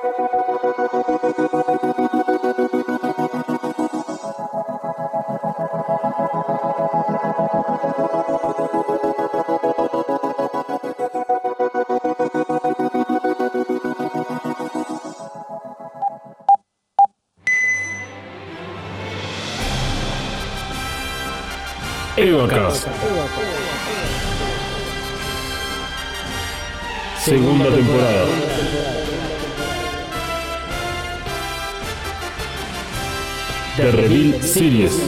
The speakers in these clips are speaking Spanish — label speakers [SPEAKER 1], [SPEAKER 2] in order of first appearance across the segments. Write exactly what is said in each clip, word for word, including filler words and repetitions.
[SPEAKER 1] EvaCast. Segunda temporada. The Reveal Series.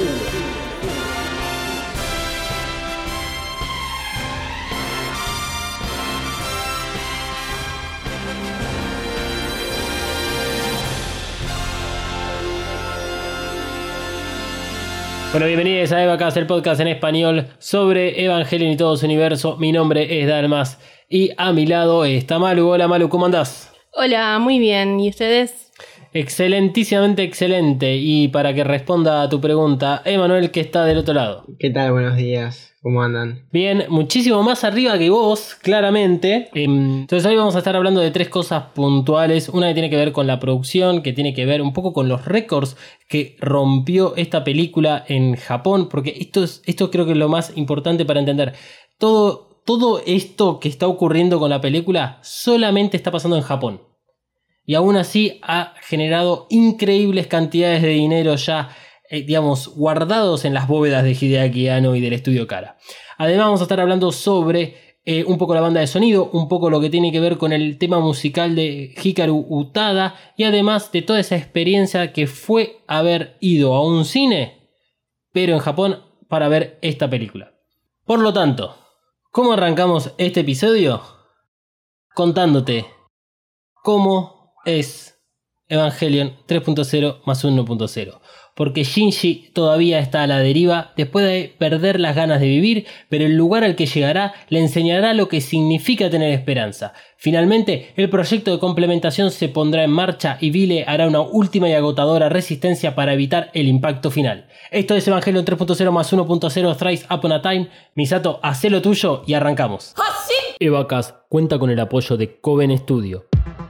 [SPEAKER 2] Bueno, bienvenidos a EvaCast, el podcast en español sobre Evangelion y todo su universo. Mi nombre es Dalmas y a mi lado está Malu. Hola Malu, ¿cómo andás?
[SPEAKER 3] Hola, muy bien. ¿Y ustedes?
[SPEAKER 2] Excelentísimamente excelente. Y para que responda a tu pregunta, Emanuel, que está del otro lado.
[SPEAKER 4] ¿Qué tal? Buenos días. ¿Cómo andan?
[SPEAKER 2] Bien, muchísimo más arriba que vos, claramente. Entonces hoy vamos a estar hablando de tres cosas puntuales. Una que tiene que ver con la producción, que tiene que ver un poco con los récords que rompió esta película en Japón. Porque esto, es, esto creo que es lo más importante para entender. Todo, todo esto que está ocurriendo con la película solamente está pasando en Japón. Y aún así ha generado increíbles cantidades de dinero ya, eh, digamos, guardados en las bóvedas de Hideaki Anno y del estudio Kara. Además vamos a estar hablando sobre eh, un poco la banda de sonido, un poco lo que tiene que ver con el tema musical de Hikaru Utada y además de toda esa experiencia que fue haber ido a un cine, pero en Japón, para ver esta película. Por lo tanto, ¿cómo arrancamos este episodio? Contándote cómo es Evangelion tres punto cero más uno punto cero. Porque Shinji todavía está a la deriva después de perder las ganas de vivir, pero el lugar al que llegará le enseñará lo que significa tener esperanza. Finalmente, el proyecto de complementación se pondrá en marcha y Vile hará una última y agotadora resistencia para evitar el impacto final. Esto es Evangelion tres punto cero más uno punto cero Thrice Upon a Time. Misato, hacé lo tuyo y arrancamos.
[SPEAKER 3] ¿Ah, sí?
[SPEAKER 2] EvaCast cuenta con el apoyo de Coven Studio.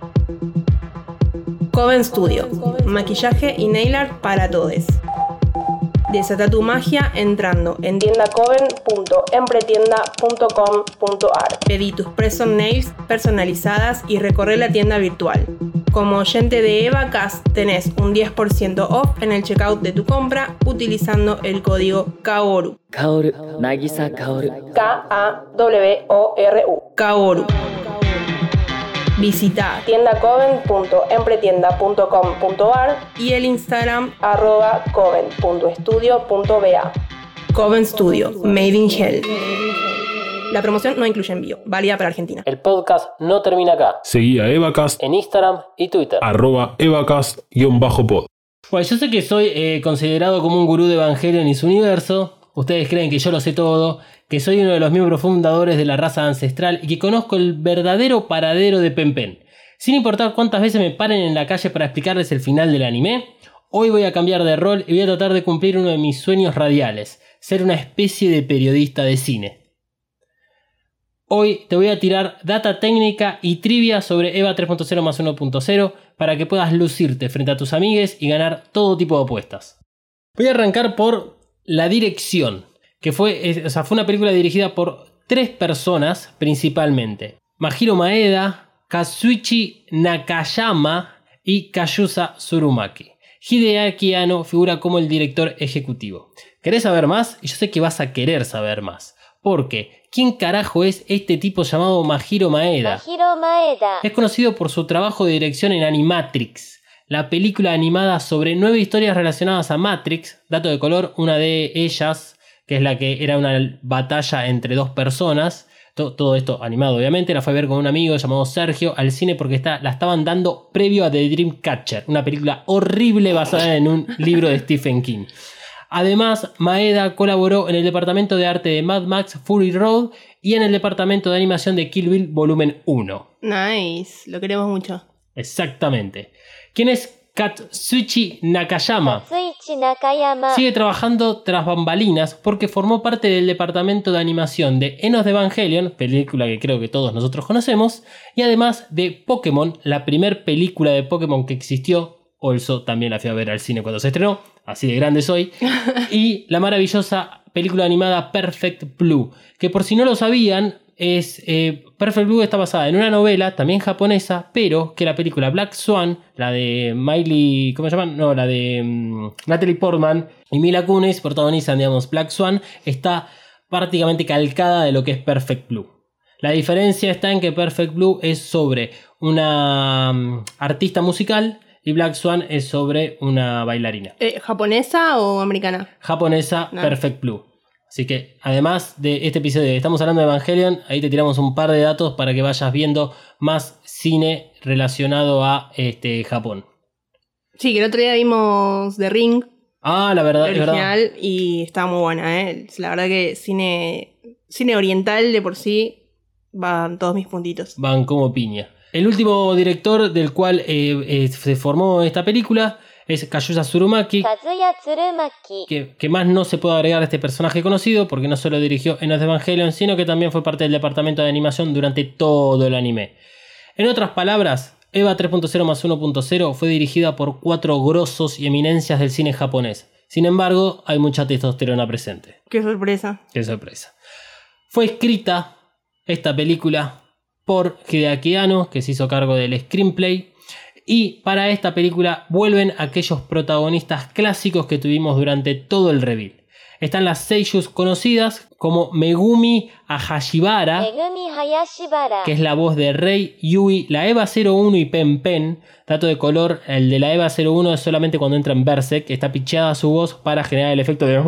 [SPEAKER 3] Coven Studio, maquillaje y nail art para todos. Desata tu magia entrando en tienda coven punto empretienda punto com punto ar. Pedí tus press-on nails personalizadas y recorre la tienda virtual. Como oyente de EvaCast tenés un diez por ciento off en el checkout de tu compra utilizando el código Kaoru.
[SPEAKER 5] Kaoru, Nagisa Kaoru.
[SPEAKER 3] K A W O R U. Kaoru. Visita tienda coven punto empretienda punto com punto ar y el Instagram arroba coven punto studio punto ba. Coven Studio, Made in Hell. La promoción no incluye envío, válida para Argentina.
[SPEAKER 2] El podcast no termina acá.
[SPEAKER 1] Seguí a EvaCast
[SPEAKER 2] En Instagram y Twitter.
[SPEAKER 1] arroba EvaCast-pod.
[SPEAKER 2] Bueno, yo sé que soy eh, considerado como un gurú de Evangelion y su universo. Ustedes creen que yo lo sé todo, que soy uno de los miembros fundadores de la raza ancestral y que conozco el verdadero paradero de Pen Pen. Sin importar cuántas veces me paren en la calle para explicarles el final del anime, hoy voy a cambiar de rol y voy a tratar de cumplir uno de mis sueños radiales, ser una especie de periodista de cine. Hoy te voy a tirar data técnica y trivia sobre Eva tres punto cero más uno punto cero para que puedas lucirte frente a tus amigues y ganar todo tipo de apuestas. Voy a arrancar por la dirección, que fue, o sea, fue una película dirigida por tres personas principalmente: Majiro Maeda, Kazuichi Nakayama y Kayusa Tsurumaki. Hideaki Anno figura como el director ejecutivo. ¿Querés saber más? Y yo sé que vas a querer saber más. Porque, ¿quién carajo es este tipo llamado Majiro Maeda?
[SPEAKER 6] Majiro Maeda
[SPEAKER 2] Es conocido por su trabajo de dirección en Animatrix, la película animada sobre nueve historias relacionadas a Matrix. Dato de color, una de ellas, que es la que era una batalla entre dos personas, todo, todo esto animado obviamente, la fue a ver con un amigo llamado Sergio al cine porque está, la estaban dando previo a The Dreamcatcher, una película horrible basada en un libro de Stephen King. Además, Maeda colaboró en el departamento de arte de Mad Max Fury Road y en el departamento de animación de Kill Bill Volumen uno.
[SPEAKER 3] Nice, lo queremos mucho.
[SPEAKER 2] Exactamente. ¿Quién es Katsuichi Nakayama.
[SPEAKER 5] Katsuichi Nakayama.
[SPEAKER 2] Sigue trabajando tras bambalinas porque formó parte del departamento de animación de Enos de Evangelion, película que creo que todos nosotros conocemos, y además de Pokémon, la primer película de Pokémon que existió. Also también la fui a ver al cine cuando se estrenó, así de grande soy. Y la maravillosa película animada Perfect Blue, que por si no lo sabían, es eh, Perfect Blue está basada en una novela también japonesa, pero que la película Black Swan, la de Miley, ¿cómo se llama? No, la de um, Natalie Portman y Mila Kunis protagonizan, digamos, Black Swan, está prácticamente calcada de lo que es Perfect Blue. La diferencia está en que Perfect Blue es sobre una um, artista musical y Black Swan es sobre una bailarina.
[SPEAKER 3] Eh, ¿Japonesa o americana?
[SPEAKER 2] Japonesa,
[SPEAKER 3] No.
[SPEAKER 2] Perfect Blue. Así que, además de este episodio de Estamos hablando de Evangelion, ahí te tiramos un par de datos para que vayas viendo más cine relacionado a este, Japón.
[SPEAKER 3] Sí, que el otro día vimos The Ring,
[SPEAKER 2] Ah, la verdad,
[SPEAKER 3] el
[SPEAKER 2] es verdad.
[SPEAKER 3] original, y estaba muy buena, ¿eh? La verdad que cine, cine oriental de por sí van todos mis puntitos.
[SPEAKER 2] Van como piña. El último director del cual eh, eh, se formó esta película es Kazuya Tsurumaki,
[SPEAKER 5] Kazuya Tsurumaki.
[SPEAKER 2] que, que más no se puede agregar a este personaje conocido porque no solo dirigió Enos de Evangelion, sino que también fue parte del departamento de animación durante todo el anime. En otras palabras, Eva tres punto cero más uno punto cero fue dirigida por cuatro grosos y eminencias del cine japonés. Sin embargo, hay mucha testosterona presente.
[SPEAKER 3] Qué sorpresa.
[SPEAKER 2] Qué sorpresa. Fue escrita esta película por Hideaki Anno, que se hizo cargo del screenplay. Y para esta película vuelven aquellos protagonistas clásicos que tuvimos durante todo el reveal. Están las seiyus conocidas como Megumi Hayashibara,
[SPEAKER 5] Megumi Hayashibara.
[SPEAKER 2] que es la voz de Rei, Yui, la Eva cero uno y Pen Pen. Dato de color, el de la Eva cero uno es solamente cuando entra en Berserk, está picheada su voz para generar el efecto de...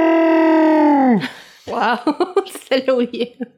[SPEAKER 3] Wow, se lo vieron.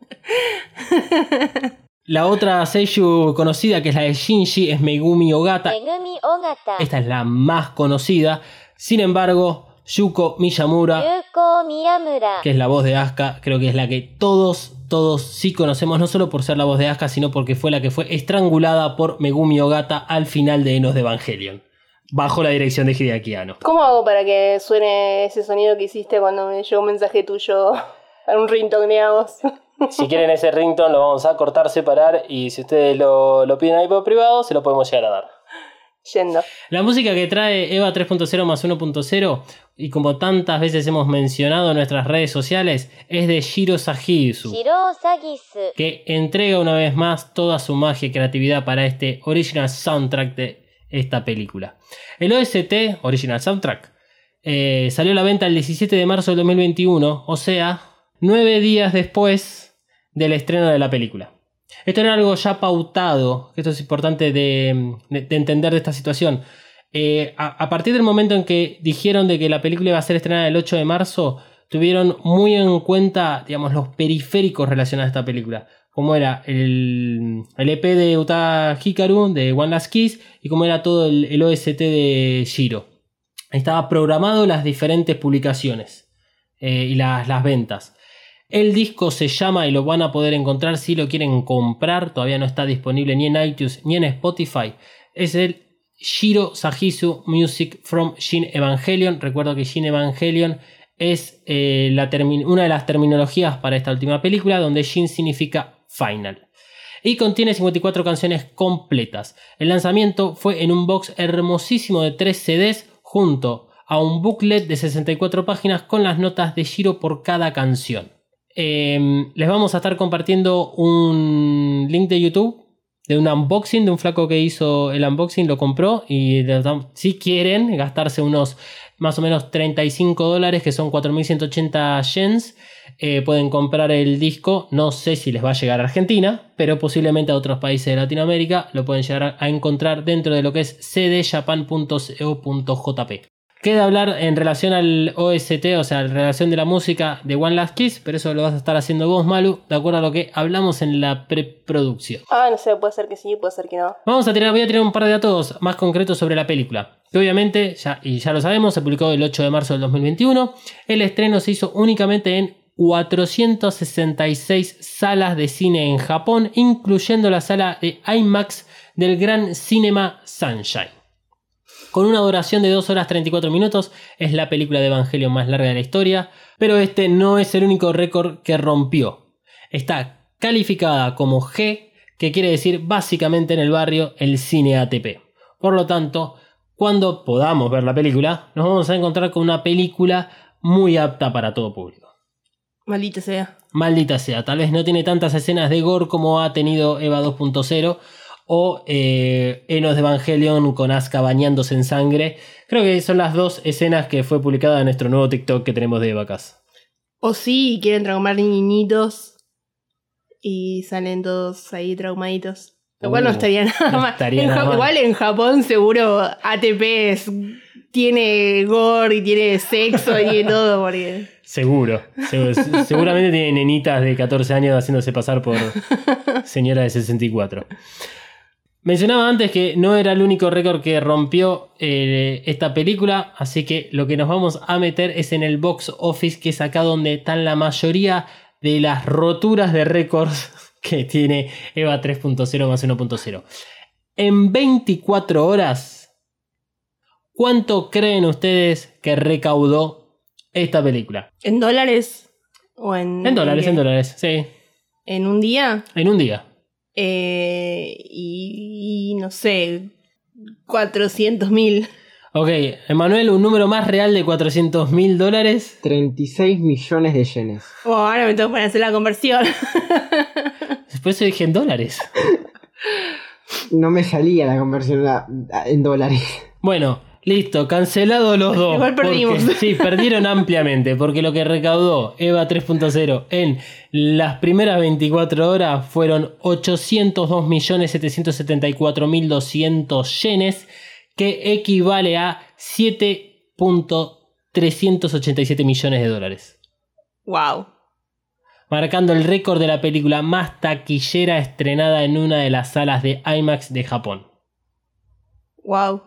[SPEAKER 2] La otra seiyuu conocida, que es la de Shinji, es Megumi Ogata.
[SPEAKER 5] Megumi Ogata.
[SPEAKER 2] Esta es la más conocida. Sin embargo, Yuko Miyamura,
[SPEAKER 5] Yuko Miyamura.
[SPEAKER 2] que es la voz de Asuka, creo que es la que todos, todos sí conocemos, no solo por ser la voz de Asuka, sino porque fue la que fue estrangulada por Megumi Ogata al final de Enos de Evangelion, bajo la dirección de Hideaki Anno.
[SPEAKER 3] ¿Cómo hago para que suene ese sonido que hiciste cuando me llegó un mensaje tuyo a un ringtone, digamos?
[SPEAKER 2] Si quieren ese ringtone lo vamos a cortar, separar, y si ustedes lo, lo piden ahí por privado, se lo podemos llegar a dar.
[SPEAKER 3] Yendo.
[SPEAKER 2] La música que trae Eva tres punto cero más uno punto cero, y como tantas veces hemos mencionado en nuestras redes sociales, es de Shiro Sagisu,
[SPEAKER 5] Shiro Sagisu.
[SPEAKER 2] que entrega una vez más toda su magia y creatividad para este original soundtrack de esta película. El O S T, Original Soundtrack, eh, salió a la venta el diecisiete de marzo del dos mil veintiuno, o sea, nueve días después del estreno de la película. Esto era algo ya pautado, esto es importante de, de, de entender de esta situación. Eh, a, a partir del momento en que dijeron de que la película iba a ser estrenada el ocho de marzo, tuvieron muy en cuenta, digamos, los periféricos relacionados a esta película, como era el, el E P de Uta Hikaru de One Last Kiss y como era todo el, el O S T de Shiro. Estaba programado las diferentes publicaciones eh, y las, las ventas. El disco se llama, y lo van a poder encontrar si lo quieren comprar, todavía no está disponible ni en iTunes ni en Spotify, es el Shiro Sagisu Music from Shin Evangelion. Recuerdo que Shin Evangelion es eh, la termi- una de las terminologías para esta última película, donde Shin significa final. Y contiene cincuenta y cuatro canciones completas. El lanzamiento fue en un box hermosísimo de tres C Ds junto a un booklet de sesenta y cuatro páginas con las notas de Shiro por cada canción. Eh, les vamos a estar compartiendo un link de YouTube de un unboxing de un flaco que hizo el unboxing, lo compró, y si quieren gastarse unos más o menos treinta y cinco dólares, que son cuatro mil ciento ochenta yens, eh, pueden comprar el disco. No sé si les va a llegar a Argentina, pero posiblemente a otros países de Latinoamérica lo pueden llegar a encontrar dentro de lo que es c d japan punto co punto j p. Queda hablar en relación al O S T, o sea, en relación de la música de One Last Kiss, pero eso lo vas a estar haciendo vos, Malu, de acuerdo a lo que hablamos en la preproducción.
[SPEAKER 3] Ah, no sé, puede ser que sí, puede ser que no.
[SPEAKER 2] Vamos a tirar, voy a tirar un par de datos más concretos sobre la película, que obviamente, ya, y ya lo sabemos, se publicó el ocho de marzo del dos mil veintiuno. El estreno se hizo únicamente en cuatrocientas sesenta y seis salas de cine en Japón, incluyendo la sala de IMAX del Gran Cinema Sunshine. Con una duración de dos horas treinta y cuatro minutos, es la película de Evangelion más larga de la historia, pero este no es el único récord que rompió. Está calificada como G, que quiere decir básicamente en el barrio el cine A T P. Por lo tanto, cuando podamos ver la película, nos vamos a encontrar con una película muy apta para todo público.
[SPEAKER 3] Maldita sea.
[SPEAKER 2] Maldita sea, tal vez no tiene tantas escenas de gore como ha tenido Eva dos punto cero o eh, Enos de Evangelion con Asuka bañándose en sangre. Creo que son las dos escenas que fue publicada en nuestro nuevo TikTok que tenemos de Evacas.
[SPEAKER 3] O sí, quieren traumar niñitos y salen todos ahí traumaditos. Lo cual
[SPEAKER 2] Uh,
[SPEAKER 3] no estaría nada
[SPEAKER 2] no
[SPEAKER 3] mal.
[SPEAKER 2] estaría
[SPEAKER 3] En
[SPEAKER 2] nada
[SPEAKER 3] Ja-
[SPEAKER 2] mal.
[SPEAKER 3] Igual en Japón seguro A T P es- tiene gore y tiene sexo y tiene todo. Porque...
[SPEAKER 2] Seguro. Segu- seguramente tiene nenitas de catorce años haciéndose pasar por señora de sesenta y cuatro. Mencionaba antes que no era el único récord que rompió eh, esta película, así que lo que nos vamos a meter es en el box office, que es acá donde están la mayoría de las roturas de récords que tiene Eva tres punto cero más uno punto cero. En veinticuatro horas, ¿cuánto creen ustedes que recaudó esta película?
[SPEAKER 3] ¿En dólares? ¿O en,
[SPEAKER 2] En dólares,
[SPEAKER 3] qué?
[SPEAKER 2] en dólares, sí.
[SPEAKER 3] ¿En un día?
[SPEAKER 2] En un día.
[SPEAKER 3] Eh, y, y no sé, cuatrocientos mil.
[SPEAKER 2] Ok, Emanuel, un número más real de cuatrocientos mil dólares.
[SPEAKER 4] treinta y seis millones de yenes.
[SPEAKER 3] Oh, ahora me tengo que poner a hacer la conversión.
[SPEAKER 2] Por eso dije en dólares.
[SPEAKER 4] No me salía la conversión a- a- en dólares.
[SPEAKER 2] Bueno, listo, cancelado los dos.
[SPEAKER 3] Igual perdimos.
[SPEAKER 2] Porque- sí, perdieron ampliamente, porque lo que recaudó Eva tres punto cero en las primeras veinticuatro horas fueron ochocientos dos millones setecientos setenta y cuatro mil doscientos yenes, que equivale a siete punto trescientos ochenta y siete millones de dólares.
[SPEAKER 3] Wow.
[SPEAKER 2] Marcando el récord de la película más taquillera estrenada en una de las salas de IMAX de Japón.
[SPEAKER 3] Wow.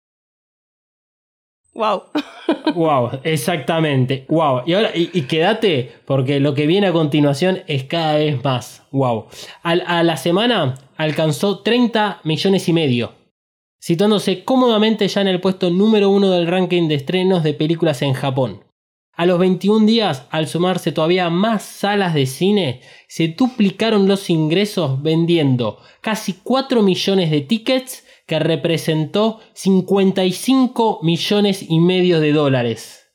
[SPEAKER 3] Wow.
[SPEAKER 2] Wow, exactamente. Wow. Y ahora, y, y quédate, porque lo que viene a continuación es cada vez más. Wow. Al, a la semana alcanzó treinta millones y medio, situándose cómodamente ya en el puesto número uno del ranking de estrenos de películas en Japón. A los veintiún días, al sumarse todavía más salas de cine, se duplicaron los ingresos vendiendo casi cuatro millones de tickets, que representó cincuenta y cinco millones y medio de dólares.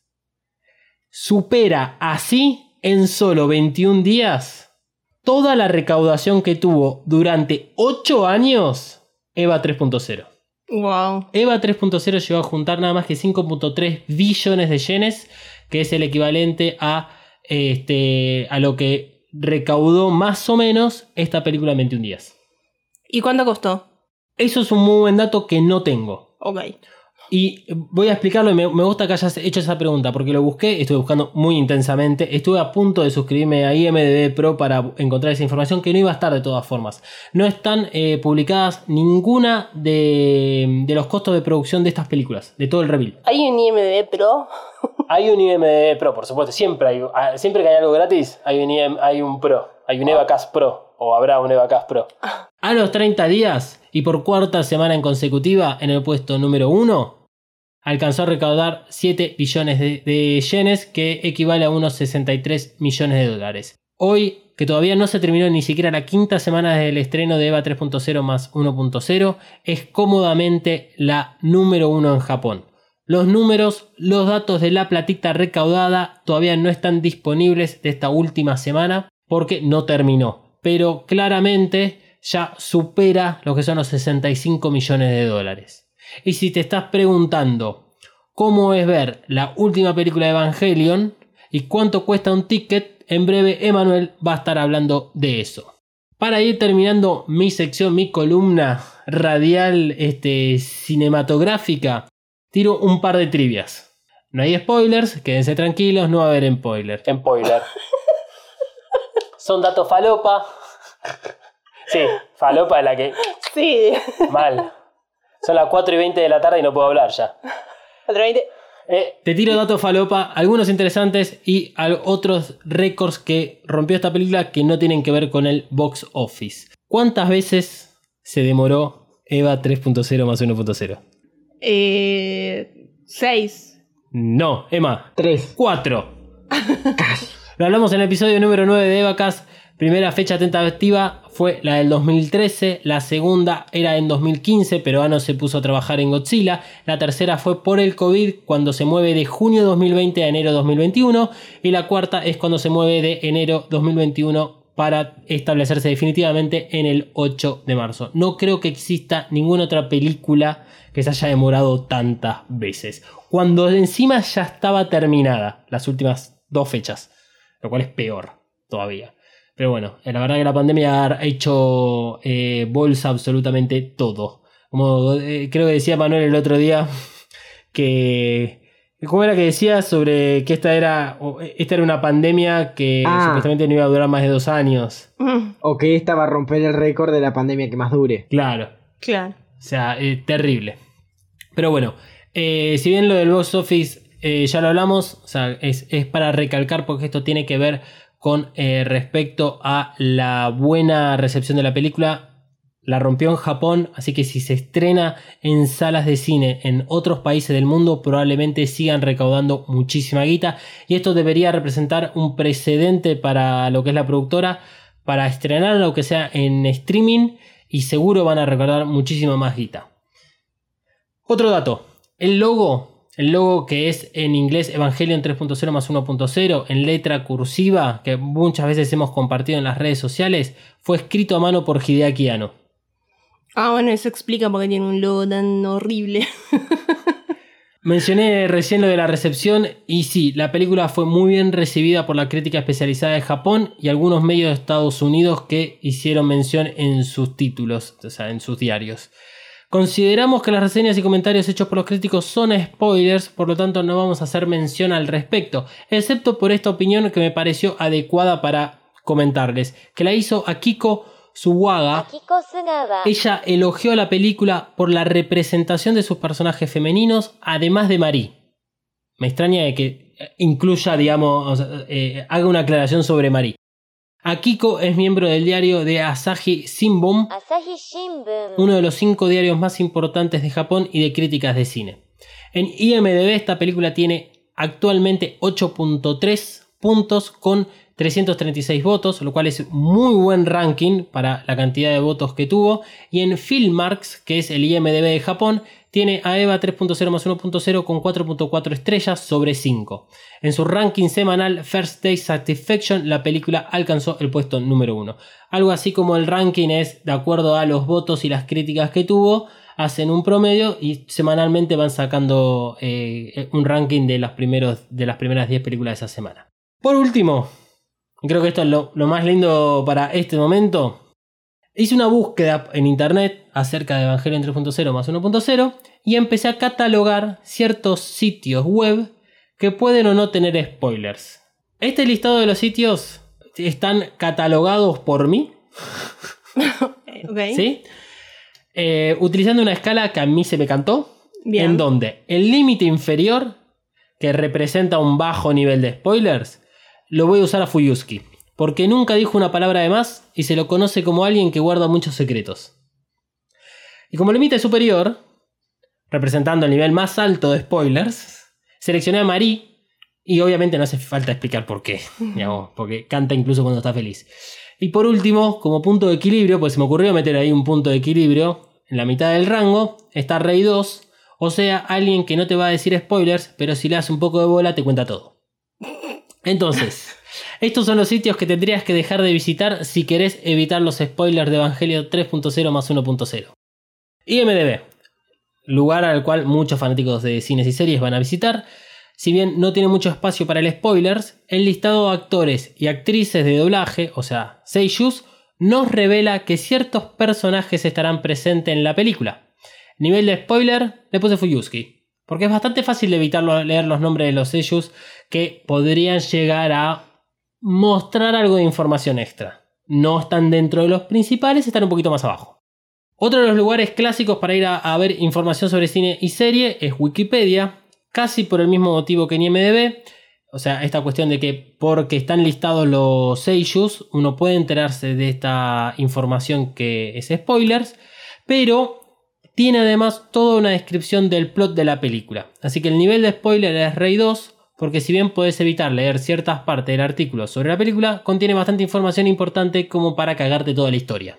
[SPEAKER 2] Supera así, en solo veintiún días, toda la recaudación que tuvo durante ocho años Eva tres punto cero.
[SPEAKER 3] Wow.
[SPEAKER 2] Eva tres punto cero llegó a juntar nada más que cinco punto tres billones de yenes, que es el equivalente a, este, a lo que recaudó más o menos esta película en veintiún días.
[SPEAKER 3] ¿Y cuánto costó?
[SPEAKER 2] Eso es un muy buen dato que no tengo.
[SPEAKER 3] Ok.
[SPEAKER 2] Y voy a explicarlo y me, me gusta que hayas hecho esa pregunta porque lo busqué, estuve buscando muy intensamente, estuve a punto de suscribirme a I M D B Pro para encontrar esa información que no iba a estar de todas formas. No están eh, publicadas ninguna de, de los costos de producción de estas películas, de todo el reveal.
[SPEAKER 3] ¿Hay un I M D B Pro?
[SPEAKER 2] Hay un I M D B Pro, por supuesto, siempre hay, siempre que hay algo gratis hay un, I M, hay un Pro, hay un EvaCast Pro o habrá un EvaCast Pro. A los treinta días y por cuarta semana en consecutiva en el puesto número uno, alcanzó a recaudar siete billones de, de yenes, que equivale a unos sesenta y tres millones de dólares. Hoy, que todavía no se terminó ni siquiera la quinta semana desde el estreno de Eva tres punto cero más uno punto cero, es cómodamente la número uno en Japón. Los números, los datos de la platita recaudada todavía no están disponibles de esta última semana porque no terminó, pero claramente ya supera lo que son los sesenta y cinco millones de dólares. Y si te estás preguntando cómo es ver la última película de Evangelion y cuánto cuesta un ticket, en breve Emanuel va a estar hablando de eso. Para ir terminando mi sección, mi columna radial este, cinematográfica, tiro un par de trivias. No hay spoilers, quédense tranquilos, no va a haber spoiler. Spoiler. Son datos falopa. Sí, falopa es la que...
[SPEAKER 3] Sí.
[SPEAKER 2] Mal. Son las cuatro y veinte de la tarde y no puedo hablar ya. Eh, te tiro datos falopa, algunos interesantes y otros récords que rompió esta película que no tienen que ver con el box office. ¿Cuántas veces se demoró Eva tres punto cero más uno punto cero?
[SPEAKER 3] Eh, seis.
[SPEAKER 2] No, Emma.
[SPEAKER 4] Tres.
[SPEAKER 2] Cuatro. Lo hablamos en el episodio número nueve de Evacast. Primera fecha tentativa fue la del dos mil trece. La segunda era en dos mil quince, pero Ano se puso a trabajar en Godzilla. La tercera fue por el COVID, cuando se mueve de junio dos mil veinte a enero dos mil veintiuno. Y la cuarta es cuando se mueve de enero dos mil veintiuno para establecerse definitivamente en el ocho de marzo. No creo que exista ninguna otra película que se haya demorado tantas veces, cuando encima ya estaba terminada las últimas dos fechas, lo cual es peor todavía. Pero bueno, la verdad que la pandemia ha hecho eh, bolsa absolutamente todo. Como eh, creo que decía Manuel el otro día, que ¿cómo era que decía sobre que esta era esta era una pandemia que
[SPEAKER 4] ah.
[SPEAKER 2] supuestamente no iba a durar más de dos años?
[SPEAKER 4] O que esta va a romper el récord de la pandemia que más dure.
[SPEAKER 2] Claro.
[SPEAKER 3] Claro.
[SPEAKER 2] O sea, eh, terrible. Pero bueno, eh, si bien lo del box office eh, ya lo hablamos, o sea, es, es para recalcar porque esto tiene que ver con eh, respecto a la buena recepción de la película. La rompió en Japón, así que si se estrena en salas de cine en otros países del mundo, probablemente sigan recaudando muchísima guita. Y esto debería representar un precedente para lo que es la productora, para estrenar lo que sea en streaming, y seguro van a recaudar muchísima más guita. Otro dato, el logo, el logo que es en inglés Evangelion tres punto cero más uno punto cero en letra cursiva, que muchas veces hemos compartido en las redes sociales, fue escrito a mano por Hideaki Anno.
[SPEAKER 3] Ah, bueno, eso explica por qué tiene un logo tan horrible.
[SPEAKER 2] Mencioné recién lo de la recepción y sí, la película fue muy bien recibida por la crítica especializada de Japón y algunos medios de Estados Unidos que hicieron mención en sus títulos, o sea, en sus diarios. Consideramos que las reseñas y comentarios hechos por los críticos son spoilers, por lo tanto no vamos a hacer mención al respecto, excepto por esta opinión que me pareció adecuada para comentarles, que la hizo Akiko Suwaga.
[SPEAKER 5] Akiko Sugawa.
[SPEAKER 2] Ella elogió a la película por la representación de sus personajes femeninos, además de Marie. Me extraña de que incluya, digamos, o sea, eh, haga una aclaración sobre Marie. Akiko es miembro del diario de Asahi Shimbun,
[SPEAKER 5] Asahi Shimbun.
[SPEAKER 2] uno de los cinco diarios más importantes de Japón y de críticas de cine. En I M D B esta película tiene actualmente ocho punto tres puntos con trescientos treinta y seis votos, lo cual es muy buen ranking para la cantidad de votos que tuvo. Y en Filmmarks, que es el I M D B de Japón, tiene a Eva tres punto cero más uno punto cero con cuatro punto cuatro estrellas sobre cinco. En su ranking semanal First Day Satisfaction, la película alcanzó el puesto número uno. Algo así como el ranking es de acuerdo a los votos y las críticas que tuvo, hacen un promedio y semanalmente van sacando eh, un ranking de, los primeros, de las primeras diez películas de esa semana. Por último, creo que esto es lo, lo más lindo para este momento. Hice una búsqueda en internet acerca de Evangelion tres punto cero más uno punto cero y empecé a catalogar ciertos sitios web que pueden o no tener spoilers. Este listado de los sitios están catalogados por mí.
[SPEAKER 3] Okay.
[SPEAKER 2] ¿Sí? Eh, utilizando una escala que a mí se me cantó.
[SPEAKER 3] Bien.
[SPEAKER 2] En donde el límite inferior, que representa un bajo nivel de spoilers, lo voy a usar a Fuyusuki, porque nunca dijo una palabra de más y se lo conoce como alguien que guarda muchos secretos. Y como límite superior, representando el nivel más alto de spoilers, seleccioné a Marie, y obviamente no hace falta explicar por qué, digamos, porque canta incluso cuando está feliz. Y por último, como punto de equilibrio, pues se me ocurrió meter ahí un punto de equilibrio en la mitad del rango, está Rey dos, o sea, alguien que no te va a decir spoilers, pero si le das un poco de bola te cuenta todo. Entonces, estos son los sitios que tendrías que dejar de visitar si querés evitar los spoilers de Evangelion tres punto cero más uno punto cero. I M D B, lugar al cual muchos fanáticos de cines y series van a visitar. Si bien no tiene mucho espacio para el spoilers, el listado de actores y actrices de doblaje, o sea, seiyus, nos revela que ciertos personajes estarán presentes en la película. Nivel de spoiler, le puse Fuyusuki, porque es bastante fácil de evitar leer los nombres de los seiyus que podrían llegar a mostrar algo de información extra. No están dentro de los principales, están un poquito más abajo. Otro de los lugares clásicos para ir a, a ver información sobre cine y serie es Wikipedia, casi por el mismo motivo que en I M D B. O sea, esta cuestión de que porque están listados los seiyus, uno puede enterarse de esta información que es spoilers, pero tiene además toda una descripción del plot de la película. Así que el nivel de spoiler es Rey dos, porque si bien podés evitar leer ciertas partes del artículo sobre la película, contiene bastante información importante como para cagarte toda la historia.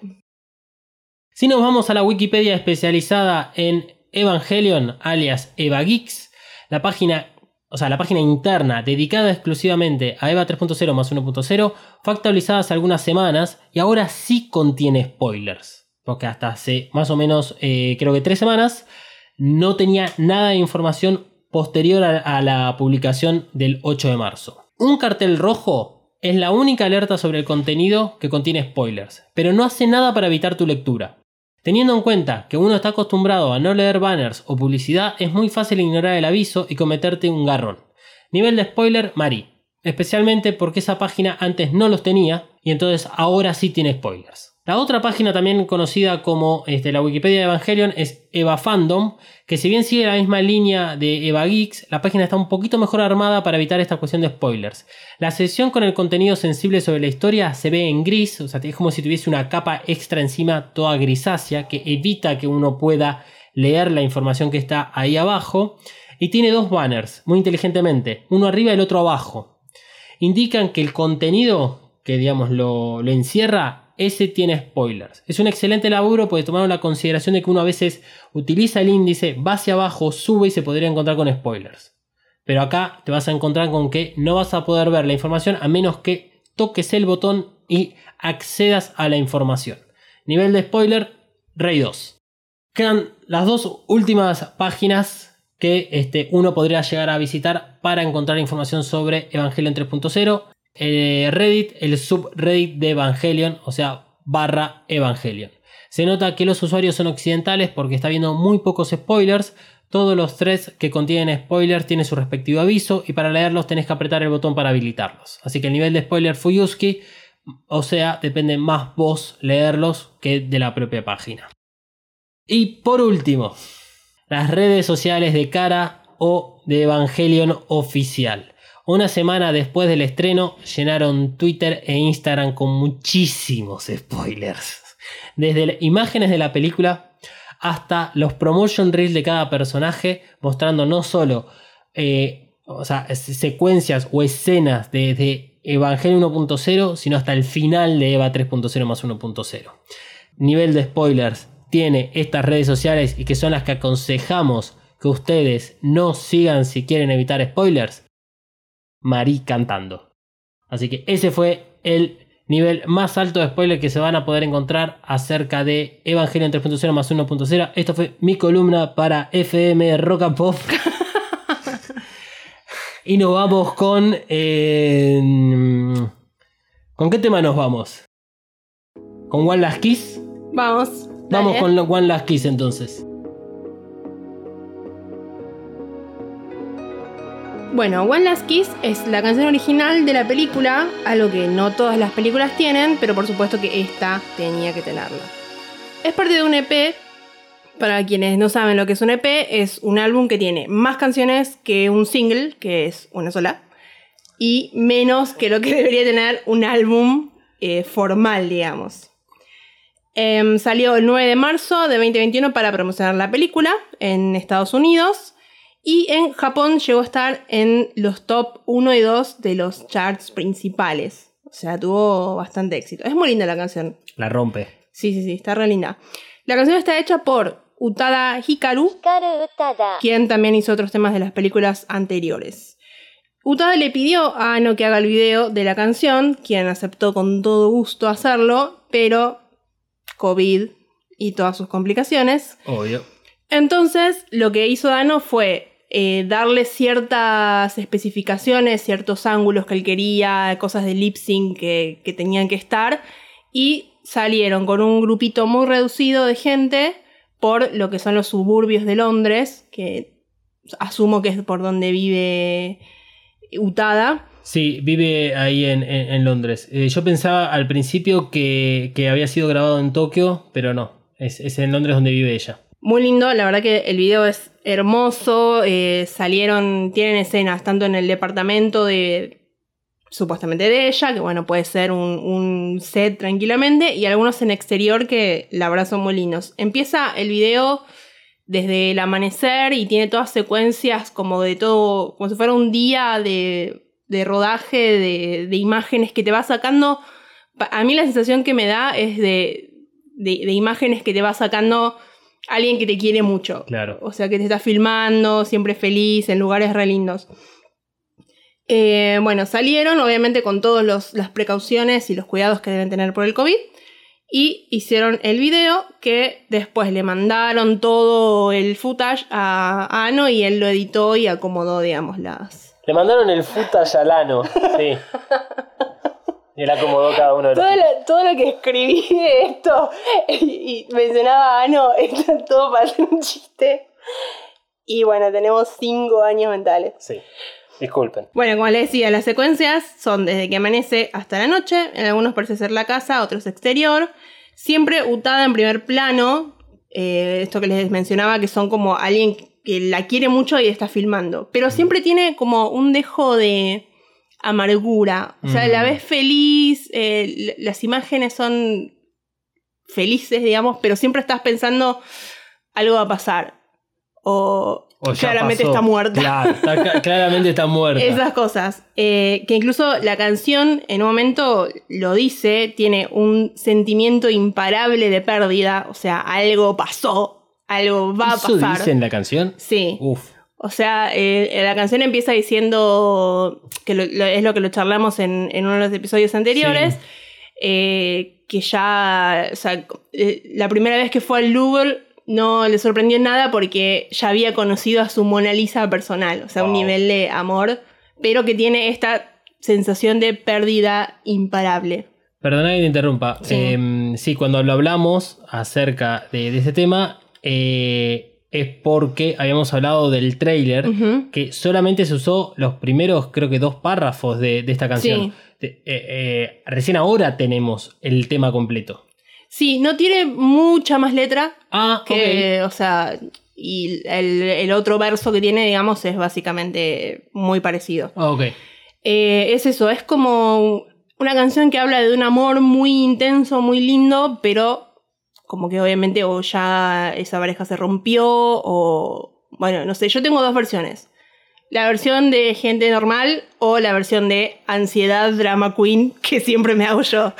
[SPEAKER 2] Si nos vamos a la Wikipedia especializada en Evangelion, alias EvaGeeks, la página, o sea, la página interna dedicada exclusivamente a EVA tres punto cero más uno punto cero, fue actualizada hace algunas semanas y ahora sí contiene spoilers. Porque hasta hace más o menos, eh, creo que tres semanas, no tenía nada de información posterior a, a la publicación del ocho de marzo. Un cartel rojo es la única alerta sobre el contenido que contiene spoilers, pero no hace nada para evitar tu lectura. Teniendo en cuenta que uno está acostumbrado a no leer banners o publicidad, es muy fácil ignorar el aviso y cometerte un garrón. Nivel de spoiler, Mari. Especialmente porque esa página antes no los tenía y entonces ahora sí tiene spoilers. La otra página también conocida como este, la Wikipedia de Evangelion es EvaFandom, que si bien sigue la misma línea de EvaGeeks, la página está un poquito mejor armada para evitar esta cuestión de spoilers. La sección con el contenido sensible sobre la historia se ve en gris, o sea, es como si tuviese una capa extra encima toda grisácea que evita que uno pueda leer la información que está ahí abajo. Y tiene dos banners, muy inteligentemente, uno arriba y el otro abajo. Indican que el contenido que digamos lo, lo encierra, ese tiene spoilers. Es un excelente laburo porque tomaron la consideración de que uno a veces utiliza el índice, va hacia abajo, sube y se podría encontrar con spoilers. Pero acá te vas a encontrar con que no vas a poder ver la información a menos que toques el botón y accedas a la información. Nivel de spoiler, Rey dos. Quedan las dos últimas páginas que este, uno podría llegar a visitar para encontrar información sobre Evangelion tres punto cero. Eh, Reddit, el subreddit de Evangelion, o sea, barra Evangelion. Se nota que los usuarios son occidentales porque está viendo muy pocos spoilers. Todos los threads que contienen spoilers tienen su respectivo aviso y para leerlos tenés que apretar el botón para habilitarlos. Así que el nivel de spoiler Fuyuski, o sea, depende más vos leerlos que de la propia página. Y por último, las redes sociales de Cara o de Evangelion oficial. Una semana después del estreno llenaron Twitter e Instagram con muchísimos spoilers. Desde imágenes de la película hasta los promotion reels de cada personaje, mostrando no solo eh, o sea, secuencias o escenas de, de Evangelion uno punto cero, sino hasta el final de EVA tres punto cero más uno punto cero. Nivel de spoilers tiene estas redes sociales y que son las que aconsejamos que ustedes no sigan si quieren evitar spoilers. Mari cantando. Así que ese fue el nivel más alto de spoiler que se van a poder encontrar acerca de Evangelion tres punto cero más uno punto cero. Esto fue mi columna para F M Rock and Pop. Y nos vamos con... Eh, ¿Con qué tema nos vamos? ¿Con One Last Kiss?
[SPEAKER 3] Vamos.
[SPEAKER 2] Vamos
[SPEAKER 3] dale.
[SPEAKER 2] con One Last Kiss entonces.
[SPEAKER 3] Bueno, One Last Kiss es la canción original de la película, algo que no todas las películas tienen, pero por supuesto que esta tenía que tenerlo. Es parte de un E P. Para quienes no saben lo que es un E P, es un álbum que tiene más canciones que un single, que es una sola, y menos que lo que debería tener un álbum eh, formal, digamos. Eh, salió el nueve de marzo de veinte veintiuno para promocionar la película en Estados Unidos. Y en Japón llegó a estar en los top uno y dos de los charts principales. O sea, tuvo bastante éxito. Es muy linda la canción.
[SPEAKER 2] La rompe.
[SPEAKER 3] Sí, sí, sí, está re linda. La canción está hecha por Utada Hikaru,
[SPEAKER 5] Hikaru Utada.
[SPEAKER 3] quien también hizo otros temas de las películas anteriores. Utada le pidió a Ano que haga el video de la canción, quien aceptó con todo gusto hacerlo, pero COVID y todas sus complicaciones.
[SPEAKER 2] Obvio.
[SPEAKER 3] Entonces, lo que hizo Ano fue Eh, darle ciertas especificaciones, ciertos ángulos que él quería, cosas de lip sync que, que tenían que estar, y salieron con un grupito muy reducido de gente por lo que son los suburbios de Londres, que asumo que es por donde vive Utada.
[SPEAKER 2] Sí, vive ahí en, en, en Londres. Eh, yo pensaba al principio que, que había sido grabado en Tokio, pero no, es, es en Londres donde vive ella.
[SPEAKER 3] Muy lindo, la verdad que el video es hermoso, eh, salieron, tienen escenas tanto en el departamento de, supuestamente de ella, que bueno, puede ser un, un set tranquilamente, y algunos en exterior que la verdad son muy lindos. Empieza el video desde el amanecer y tiene todas secuencias como de todo, como si fuera un día de, de rodaje, de, de imágenes que te va sacando. A mí la sensación que me da es de, de, de imágenes que te va sacando alguien que te quiere mucho.
[SPEAKER 2] Claro.
[SPEAKER 3] O sea, que te está filmando, siempre feliz, en lugares re lindos. Eh, bueno, salieron obviamente con todas las precauciones y los cuidados que deben tener por el COVID. Y hicieron el video que después le mandaron todo el footage a Ano y él lo editó y acomodó, digamos, las...
[SPEAKER 2] Le mandaron el footage al Ano. Sí. Y él acomodó cada uno de los...
[SPEAKER 3] Todo lo, todo lo que escribí de esto y, y mencionaba a Ano, está todo para hacer un chiste. Y bueno, tenemos cinco años mentales.
[SPEAKER 2] Sí. Disculpen.
[SPEAKER 3] Bueno, como les decía, las secuencias son desde que amanece hasta la noche. En algunos parece ser la casa, otros exterior. Siempre Utada en primer plano. Eh, esto que les mencionaba, que son como alguien que la quiere mucho y está filmando. Pero siempre tiene como un dejo de amargura. O sea,
[SPEAKER 2] Mm.
[SPEAKER 3] la ves feliz, eh, las imágenes son felices, digamos, pero siempre estás pensando algo va a pasar. O...
[SPEAKER 2] O ya
[SPEAKER 3] claramente
[SPEAKER 2] pasó.
[SPEAKER 3] está muerta.
[SPEAKER 2] Claro, está, claramente está muerta.
[SPEAKER 3] Esas cosas. Eh, que incluso la canción en un momento lo dice, tiene un sentimiento imparable de pérdida. O sea, algo pasó, algo va a
[SPEAKER 2] ¿Eso
[SPEAKER 3] pasar.
[SPEAKER 2] dice en la canción?
[SPEAKER 3] Sí.
[SPEAKER 2] Uf.
[SPEAKER 3] O sea, eh, la canción empieza diciendo, que lo, lo, es lo que lo charlamos en, en uno de los episodios anteriores,
[SPEAKER 2] Sí.
[SPEAKER 3] eh, que ya, o sea, eh, la primera vez que fue al Louvre no le sorprendió nada porque ya había conocido a su Mona Lisa personal, o sea,
[SPEAKER 2] Wow.
[SPEAKER 3] un nivel de amor, pero que tiene esta sensación de pérdida imparable.
[SPEAKER 2] Perdona que te interrumpa.
[SPEAKER 3] Sí.
[SPEAKER 2] Eh, sí, cuando lo hablamos acerca de, de este tema, eh, es porque habíamos hablado del tráiler,
[SPEAKER 3] Ujú.
[SPEAKER 2] que solamente se usó los primeros, creo que dos párrafos de, de esta canción.
[SPEAKER 3] Sí.
[SPEAKER 2] De- eh, eh, recién ahora tenemos el tema completo.
[SPEAKER 3] Sí, no tiene mucha más letra,
[SPEAKER 2] Ah,
[SPEAKER 3] que, o sea, y el, el otro verso que tiene, digamos, es básicamente muy parecido.
[SPEAKER 2] ok. Ah, ok.
[SPEAKER 3] Eh, es eso, es como una canción que habla de un amor muy intenso, muy lindo, pero como que obviamente o ya esa pareja se rompió o... Bueno, no sé, yo tengo dos versiones. La versión de gente normal o la versión de ansiedad drama queen, que siempre me hago yo.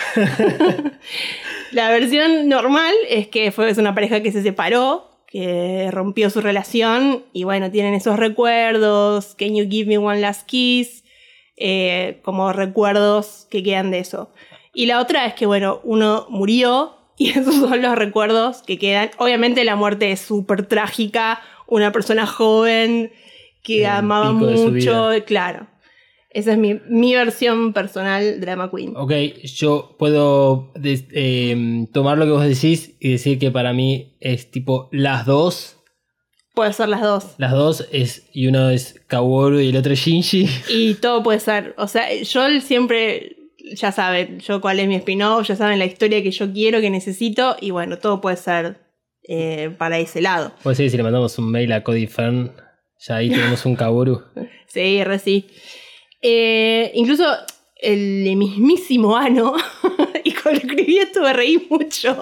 [SPEAKER 3] La versión normal es que fue es una pareja que se separó, que rompió su relación y bueno, tienen esos recuerdos, Can You Give Me One Last Kiss, eh, como recuerdos que quedan de eso. Y la otra es que bueno, uno murió y esos son los recuerdos que quedan. Obviamente la muerte es súper trágica, una persona joven que
[SPEAKER 2] El
[SPEAKER 3] amaba
[SPEAKER 2] pico de su
[SPEAKER 3] mucho,
[SPEAKER 2] vida.
[SPEAKER 3] claro. Esa es mi, mi versión personal drama queen.
[SPEAKER 2] Ok, yo puedo des- eh, tomar lo que vos decís y decir que para mí es tipo las dos.
[SPEAKER 3] Puede ser las dos.
[SPEAKER 2] Las dos es, y uno es Kaworu y el otro es Shinji.
[SPEAKER 3] Y todo puede ser. O sea, yo siempre, ya saben, yo cuál es mi spin-off, ya saben la historia que yo quiero, que necesito, y bueno, todo puede ser eh, para ese lado.
[SPEAKER 2] Puede ser que si le mandamos un mail a Cody Fern, ya ahí tenemos un Kaworu.
[SPEAKER 3] Sí, re sí. Eh, incluso el mismísimo Ano, y cuando escribí esto me reí mucho.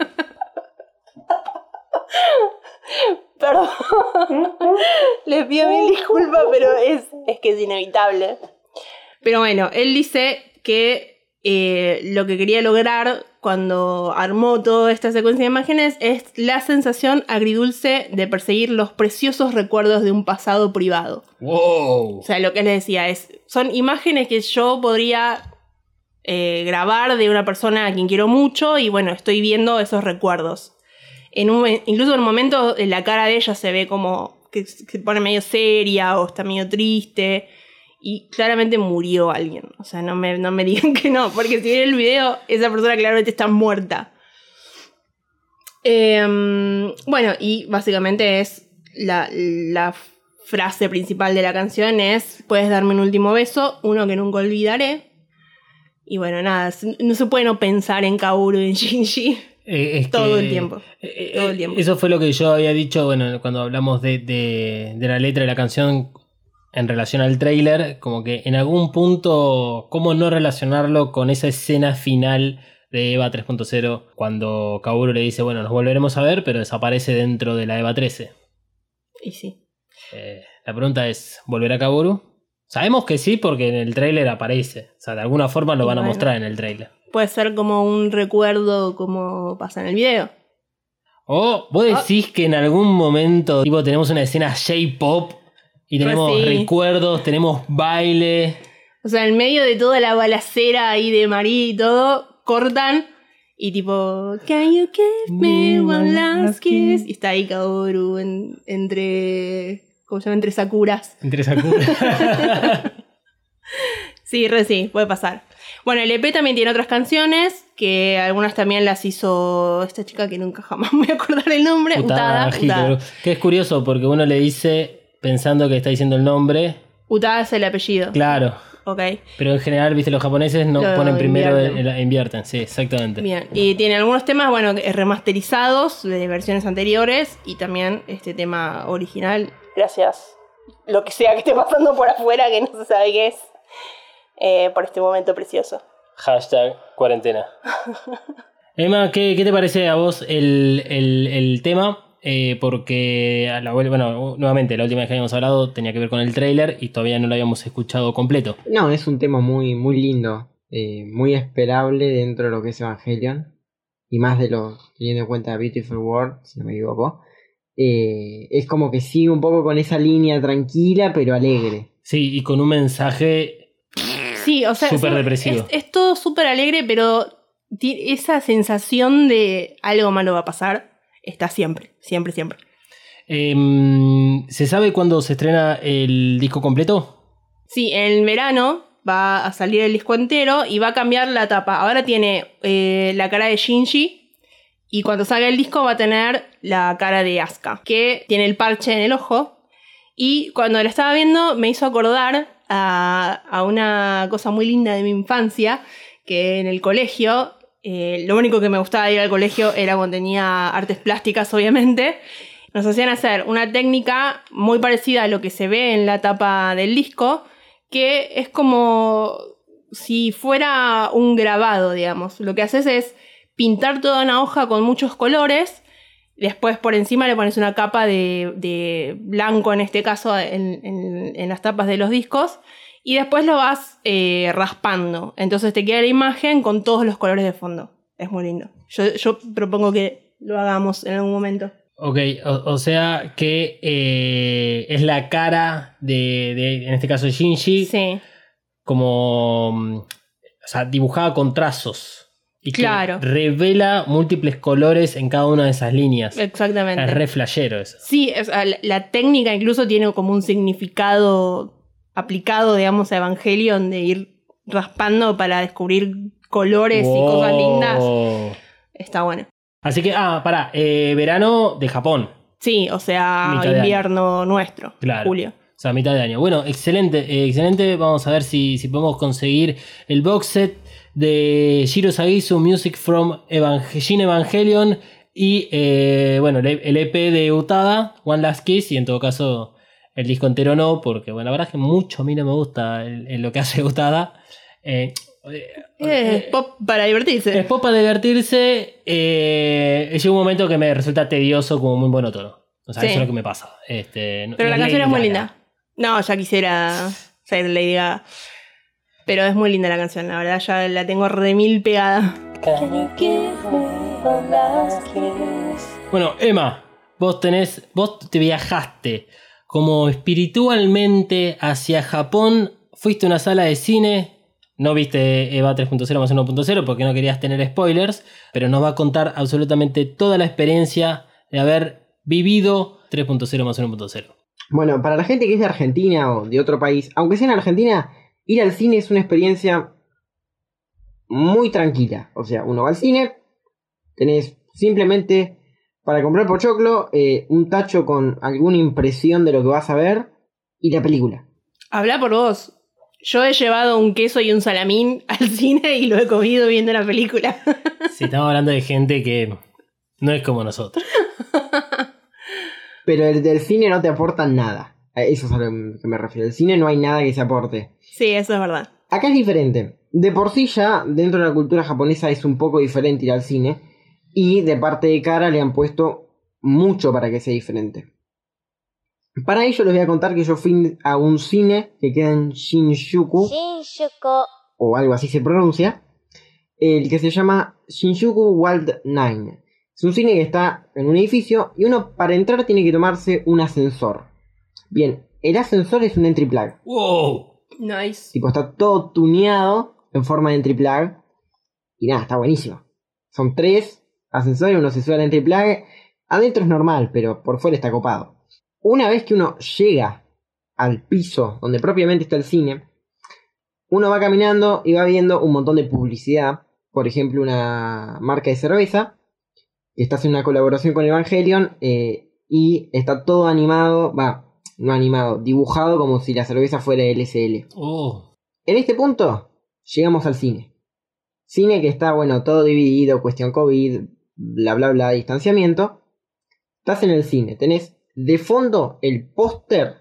[SPEAKER 3] Perdón. Les pido mil disculpas, pero es, es que es inevitable. Pero bueno, él dice que eh, lo que quería lograr cuando armó toda esta secuencia de imágenes es la sensación agridulce de perseguir los preciosos recuerdos de un pasado privado.
[SPEAKER 2] ¡Wow!
[SPEAKER 3] O sea, lo que les decía es, son imágenes que yo podría eh, grabar de una persona a quien quiero mucho y bueno, estoy viendo esos recuerdos. En un, incluso en un momento en la cara de ella se ve como que se pone medio seria o está medio triste y claramente murió alguien. O sea, no me, no me digan que no, porque si ven el video, esa persona claramente está muerta. Eh, bueno, y básicamente es la, la frase principal de la canción es: puedes darme un último beso, uno que nunca olvidaré. Y bueno, nada, no se puede no pensar en Kaoru y en Shinji.
[SPEAKER 2] Eh, es
[SPEAKER 3] Todo
[SPEAKER 2] que-
[SPEAKER 3] el tiempo.
[SPEAKER 2] eh,
[SPEAKER 3] Todo el
[SPEAKER 2] eh,
[SPEAKER 3] tiempo.
[SPEAKER 2] Eso fue lo que yo había dicho, bueno, cuando hablamos de, de, de la letra de la canción en relación al tráiler, como que en algún punto, ¿cómo no relacionarlo con esa escena final de EVA tres punto cero cuando Kaworu le dice, bueno, nos volveremos a ver, pero desaparece dentro de la EVA trece.
[SPEAKER 3] Y sí.
[SPEAKER 2] Eh, la pregunta es, ¿volverá Kaworu? Sabemos que sí porque en el tráiler aparece. O sea, de alguna forma lo
[SPEAKER 3] Y
[SPEAKER 2] van a
[SPEAKER 3] bueno.
[SPEAKER 2] mostrar en el tráiler.
[SPEAKER 3] Puede ser como un recuerdo como pasa en el video.
[SPEAKER 2] O vos decís que en algún momento tipo, tenemos una escena J-pop y tenemos
[SPEAKER 3] Pues sí.
[SPEAKER 2] recuerdos, tenemos baile.
[SPEAKER 3] O sea, en medio de toda la balacera ahí de Marie y todo, cortan y tipo, can you give me one last kiss? Y está ahí Kaworu en- entre, ¿cómo se llama? Entre sakuras.
[SPEAKER 2] Entre Sakura.
[SPEAKER 3] Sí, re sí, puede pasar. Bueno, el E P también tiene otras canciones, que algunas también las hizo esta chica que nunca jamás me voy a acordar el nombre. Utada.
[SPEAKER 2] Utada,
[SPEAKER 3] Utada,
[SPEAKER 2] Hikaru. Que es curioso porque uno le dice pensando que está diciendo el nombre.
[SPEAKER 3] Utada es el apellido.
[SPEAKER 2] Claro.
[SPEAKER 3] Ok.
[SPEAKER 2] Pero en general, viste, los japoneses no
[SPEAKER 3] Lo
[SPEAKER 2] ponen primero,
[SPEAKER 3] invierten.
[SPEAKER 2] el- el- invierten, sí, exactamente.
[SPEAKER 3] Bien. Y tiene algunos temas, bueno, remasterizados de versiones anteriores y también este tema original. Gracias. Lo que sea que esté pasando por afuera, que no se sabe qué es, eh, por este momento precioso.
[SPEAKER 2] Hashtag cuarentena. Emma, ¿qué, qué te parece a vos el, el, el tema? Eh, porque, a la, vuel- bueno, nuevamente, la última vez que habíamos hablado tenía que ver con el tráiler y todavía no lo habíamos escuchado completo.
[SPEAKER 4] No, es un tema muy, muy lindo, eh, muy esperable dentro de lo que es Evangelion. Y más de lo, teniendo en cuenta Beautiful World, si no me equivoco. Eh, es como que sigue un poco con esa línea tranquila pero alegre.
[SPEAKER 2] Sí, y con un mensaje
[SPEAKER 3] Sí, o sea,
[SPEAKER 2] Súper
[SPEAKER 3] sí,
[SPEAKER 2] depresivo.
[SPEAKER 3] Es, es todo súper alegre, pero ti- esa sensación de algo malo va a pasar está siempre, siempre, siempre.
[SPEAKER 2] Em, ¿se sabe cuándo se estrena el disco completo?
[SPEAKER 3] Sí, en verano va a salir el disco entero y va a cambiar la tapa. Ahora tiene eh, la cara de Shinji y cuando salga el disco va a tener la cara de Asuka, que tiene el parche en el ojo. Y cuando la estaba viendo me hizo acordar a, a una cosa muy linda de mi infancia, que en el colegio, eh, lo único que me gustaba de ir al colegio era cuando tenía artes plásticas, obviamente. Nos hacían hacer una técnica muy parecida a lo que se ve en la tapa del disco, que es como si fuera un grabado, digamos. Lo que haces es pintar toda una hoja con muchos colores. Después por encima le pones una capa de, de blanco, en este caso, en, en- en las tapas de los discos. Y después lo vas eh, raspando. Entonces te queda la imagen con todos los colores de fondo. Es muy lindo. Yo, yo propongo que lo hagamos en algún momento.
[SPEAKER 2] Ok, o, o sea que eh, es la cara de, de, en este caso, de Shinji,
[SPEAKER 3] Sí,
[SPEAKER 2] como, mm, o sea, dibujada con trazos. Y que
[SPEAKER 3] Claro.
[SPEAKER 2] revela múltiples colores en cada una de esas líneas.
[SPEAKER 3] exactamente.
[SPEAKER 2] Es re flashero eso.
[SPEAKER 3] Sí, o sea, la, la técnica incluso tiene como un significado aplicado, digamos, a Evangelion, de ir raspando para descubrir colores y cosas lindas.
[SPEAKER 2] Wow.
[SPEAKER 3] Está bueno.
[SPEAKER 2] Así que, ah, pará, eh, verano de Japón.
[SPEAKER 3] Sí, o sea,
[SPEAKER 2] Mitad de
[SPEAKER 3] invierno nuestro,
[SPEAKER 2] Claro.
[SPEAKER 3] julio.
[SPEAKER 2] O sea, mitad de año. Bueno, excelente, eh, excelente. Vamos a ver si, si podemos conseguir el box set de Shiro Sagisu, Music from Evang- Shin Evangelion. Y, eh, bueno, el, el E P de Utada, One Last Kiss. Y en todo caso, el disco entero no, porque, bueno, la verdad es que mucho a mí no me gusta el- el lo que hace Utada. Eh, eh,
[SPEAKER 3] Eh, pop para divertirse.
[SPEAKER 2] es pop para divertirse. Eh, llega un momento que me resulta tedioso, como muy monótono. O sea,
[SPEAKER 3] Sí.
[SPEAKER 2] eso es lo que me pasa. Este, no-
[SPEAKER 3] Pero
[SPEAKER 2] no
[SPEAKER 3] la canción
[SPEAKER 2] Lady
[SPEAKER 3] es muy
[SPEAKER 2] Gaga.
[SPEAKER 3] linda. No, ya quisiera ser Lady Gaga. Pero es muy linda la canción, la verdad, ya la tengo re mil pegada.
[SPEAKER 2] Bueno, Emma, vos tenés, vos te viajaste como espiritualmente hacia Japón, fuiste a una sala de cine, no viste EVA tres punto cero más uno punto cero porque no querías tener spoilers, pero nos va a contar absolutamente toda la experiencia de haber vivido tres punto cero más uno punto cero.
[SPEAKER 4] Bueno, para la gente que es de Argentina o de otro país, aunque sea en Argentina, ir al cine es una experiencia muy tranquila. O sea, uno va al cine, tenés simplemente para comprar pochoclo, eh, un tacho con alguna impresión de lo que vas a ver y la película.
[SPEAKER 3] Habla por vos. Yo he llevado un queso y un salamín al cine y lo he comido viendo la película.
[SPEAKER 2] Si estamos hablando de gente que no es como nosotros.
[SPEAKER 4] Pero el del cine no te aporta nada. A eso es a lo que me refiero. El cine no hay nada que se aporte.
[SPEAKER 3] Sí, eso es verdad.
[SPEAKER 4] Acá es diferente. De por sí ya, dentro de la cultura japonesa es un poco diferente ir al cine. Y de parte de Kara le han puesto mucho para que sea diferente. Para ello les voy a contar que yo fui a un cine que queda en Shinjuku,
[SPEAKER 5] Shinjuku.
[SPEAKER 4] o algo así se pronuncia, el que se llama Shinjuku Wild Nine. Es un cine que está en un edificio y uno para entrar tiene que tomarse un ascensor. Bien, el ascensor es un entry plug.
[SPEAKER 2] ¡Wow!
[SPEAKER 3] Nice.
[SPEAKER 4] Tipo, está todo tuneado en forma de entry plug. Y nada, está buenísimo. Son tres ascensores, uno se sube al entry plug. Adentro es normal, pero por fuera está copado. Una vez que uno llega al piso donde propiamente está el cine, uno va caminando y va viendo un montón de publicidad. Por ejemplo, una marca de cerveza que está haciendo una colaboración con Evangelion, eh, y está todo animado, va, no animado, dibujado como si la cerveza fuera L S L.
[SPEAKER 2] Oh.
[SPEAKER 4] En este punto llegamos al cine. Cine que está, bueno, todo dividido, cuestión COVID, bla bla bla, distanciamiento. Estás en el cine, tenés de fondo el póster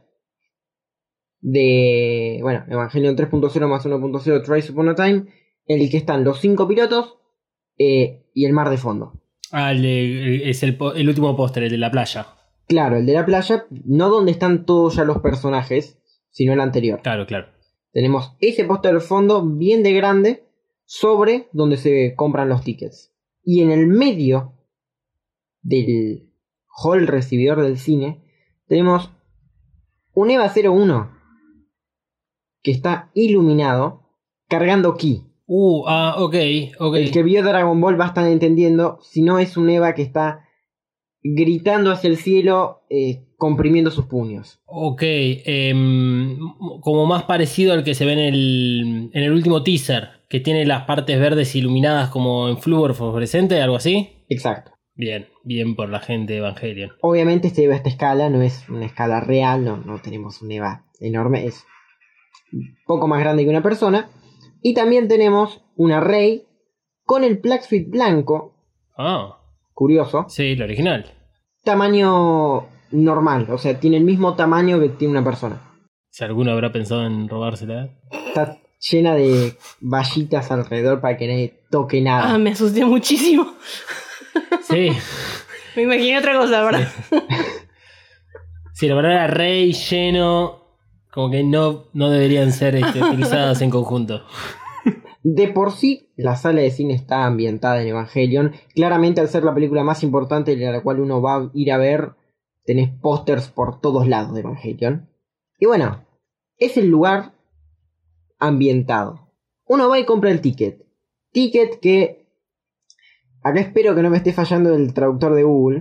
[SPEAKER 4] de, bueno, Evangelion tres punto cero más uno punto cero Twice Upon a Time, en el que están los cinco pilotos eh, y el mar de fondo.
[SPEAKER 2] Ah, el de- es el, po- el último póster, el de la playa.
[SPEAKER 4] Claro, el de la playa, no donde están todos ya los personajes, sino el anterior.
[SPEAKER 2] Claro, claro.
[SPEAKER 4] Tenemos ese póster de fondo bien de grande sobre donde se compran los tickets. Y en el medio del hall recibidor del cine tenemos un EVA cero uno que está iluminado cargando ki.
[SPEAKER 2] Uh, ah, ok, ok.
[SPEAKER 4] El que vio Dragon Ball va a estar entendiendo, si no es un EVA que está gritando hacia el cielo, eh, comprimiendo sus puños.
[SPEAKER 2] Ok, em, como más parecido al que se ve en el, en el último teaser, que tiene las partes verdes iluminadas como en flúor fosforescente, algo así.
[SPEAKER 4] Exacto.
[SPEAKER 2] Bien, bien por la gente de Evangelion.
[SPEAKER 4] Obviamente este EVA a esta escala no es una escala real, no, no tenemos un EVA enorme, es un poco más grande que una persona. Y también tenemos una Rey con el Black Suite blanco,
[SPEAKER 2] Ah,
[SPEAKER 4] curioso,
[SPEAKER 2] sí, la original.
[SPEAKER 4] tamaño normal, o sea, tiene el mismo tamaño que tiene una persona.
[SPEAKER 2] Si alguno habrá pensado en robársela.
[SPEAKER 4] Está llena de vallitas alrededor para que nadie toque nada.
[SPEAKER 3] Ah, me asusté muchísimo.
[SPEAKER 2] Sí,
[SPEAKER 3] Me imaginé otra cosa, ¿verdad?
[SPEAKER 2] sí, la verdad era rey lleno. Como que no, no deberían ser este, utilizadas en conjunto.
[SPEAKER 4] De por sí, la sala de cine está ambientada en Evangelion. Claramente, al ser la película más importante de la cual uno va a ir a ver, tenés pósters por todos lados de Evangelion. Y bueno, es el lugar ambientado. Uno va y compra el ticket. Ticket que... Acá espero que no me esté fallando el traductor de Google.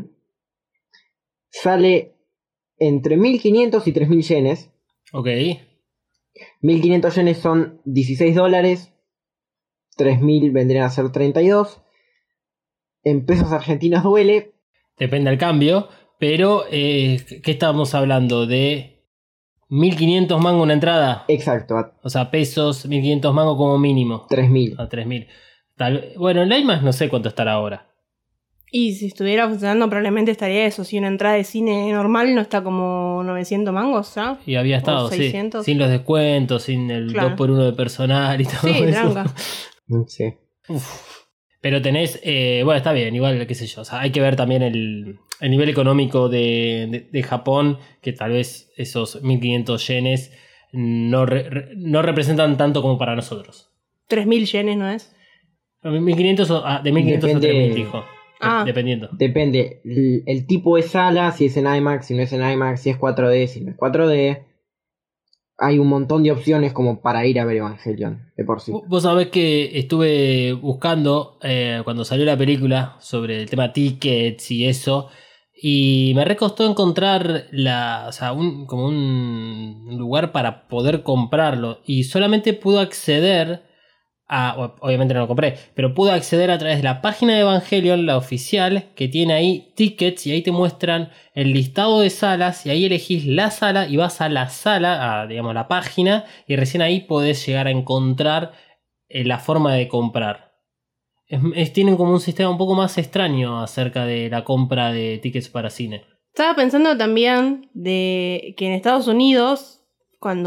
[SPEAKER 4] Sale entre mil quinientos y tres mil yenes.
[SPEAKER 2] Ok.
[SPEAKER 4] mil quinientos yenes son dieciséis dólares. tres mil vendrían a ser treinta y dos. En pesos argentinos duele.
[SPEAKER 2] Depende del cambio. Pero, eh, ¿qué estábamos hablando? ¿De mil quinientos mango una entrada?
[SPEAKER 4] Exacto, a
[SPEAKER 2] O sea, pesos, mil quinientos mango como mínimo.
[SPEAKER 4] tres mil.
[SPEAKER 2] A tres mil. Tal, bueno, en IMAX no sé cuánto estará ahora.
[SPEAKER 3] Y si estuviera funcionando probablemente estaría eso. Si una entrada de cine normal no está como novecientos mangos, ¿ya?
[SPEAKER 2] Y había estado,
[SPEAKER 3] O
[SPEAKER 2] sí.
[SPEAKER 3] seiscientos.
[SPEAKER 2] Sin los descuentos, sin el
[SPEAKER 3] Claro.
[SPEAKER 2] dos por uno de personal y todo
[SPEAKER 3] Sí,
[SPEAKER 2] eso.
[SPEAKER 3] tranca.
[SPEAKER 4] Sí.
[SPEAKER 2] Uf. Pero tenés, eh, bueno, está bien, igual, qué sé yo. O sea, hay que ver también el, el nivel económico de, de, de Japón, que tal vez esos mil quinientos yenes no, re- re- no representan tanto como para nosotros.
[SPEAKER 3] tres mil yenes, ¿no es?
[SPEAKER 2] mil quinientos o- ah, de mil quinientos
[SPEAKER 4] Depende-
[SPEAKER 2] a tres mil, dijo.
[SPEAKER 3] Ah.
[SPEAKER 2] Dependiendo.
[SPEAKER 4] Depende el, el tipo de sala, si es en IMAX, si no es en IMAX, si es cuatro D, si no es cuatro D. Hay un montón de opciones como para ir a ver Evangelion, de por sí.
[SPEAKER 2] Vos sabés que estuve buscando eh, cuando salió la película sobre el tema tickets y eso, y me recostó encontrar la, o sea, un, como un lugar para poder comprarlo, y solamente pude acceder a, o- obviamente no lo compré, pero pude acceder a través de la página de Evangelion, la oficial, que tiene ahí tickets, y ahí te muestran el listado de salas, y ahí elegís la sala y vas a la sala, a, digamos, la página, y recién ahí podés llegar a encontrar eh, la forma de comprar. Es, es- tienen como un sistema un poco más extraño acerca de la compra de tickets para cine.
[SPEAKER 3] Estaba pensando también de que en Estados Unidos, cuando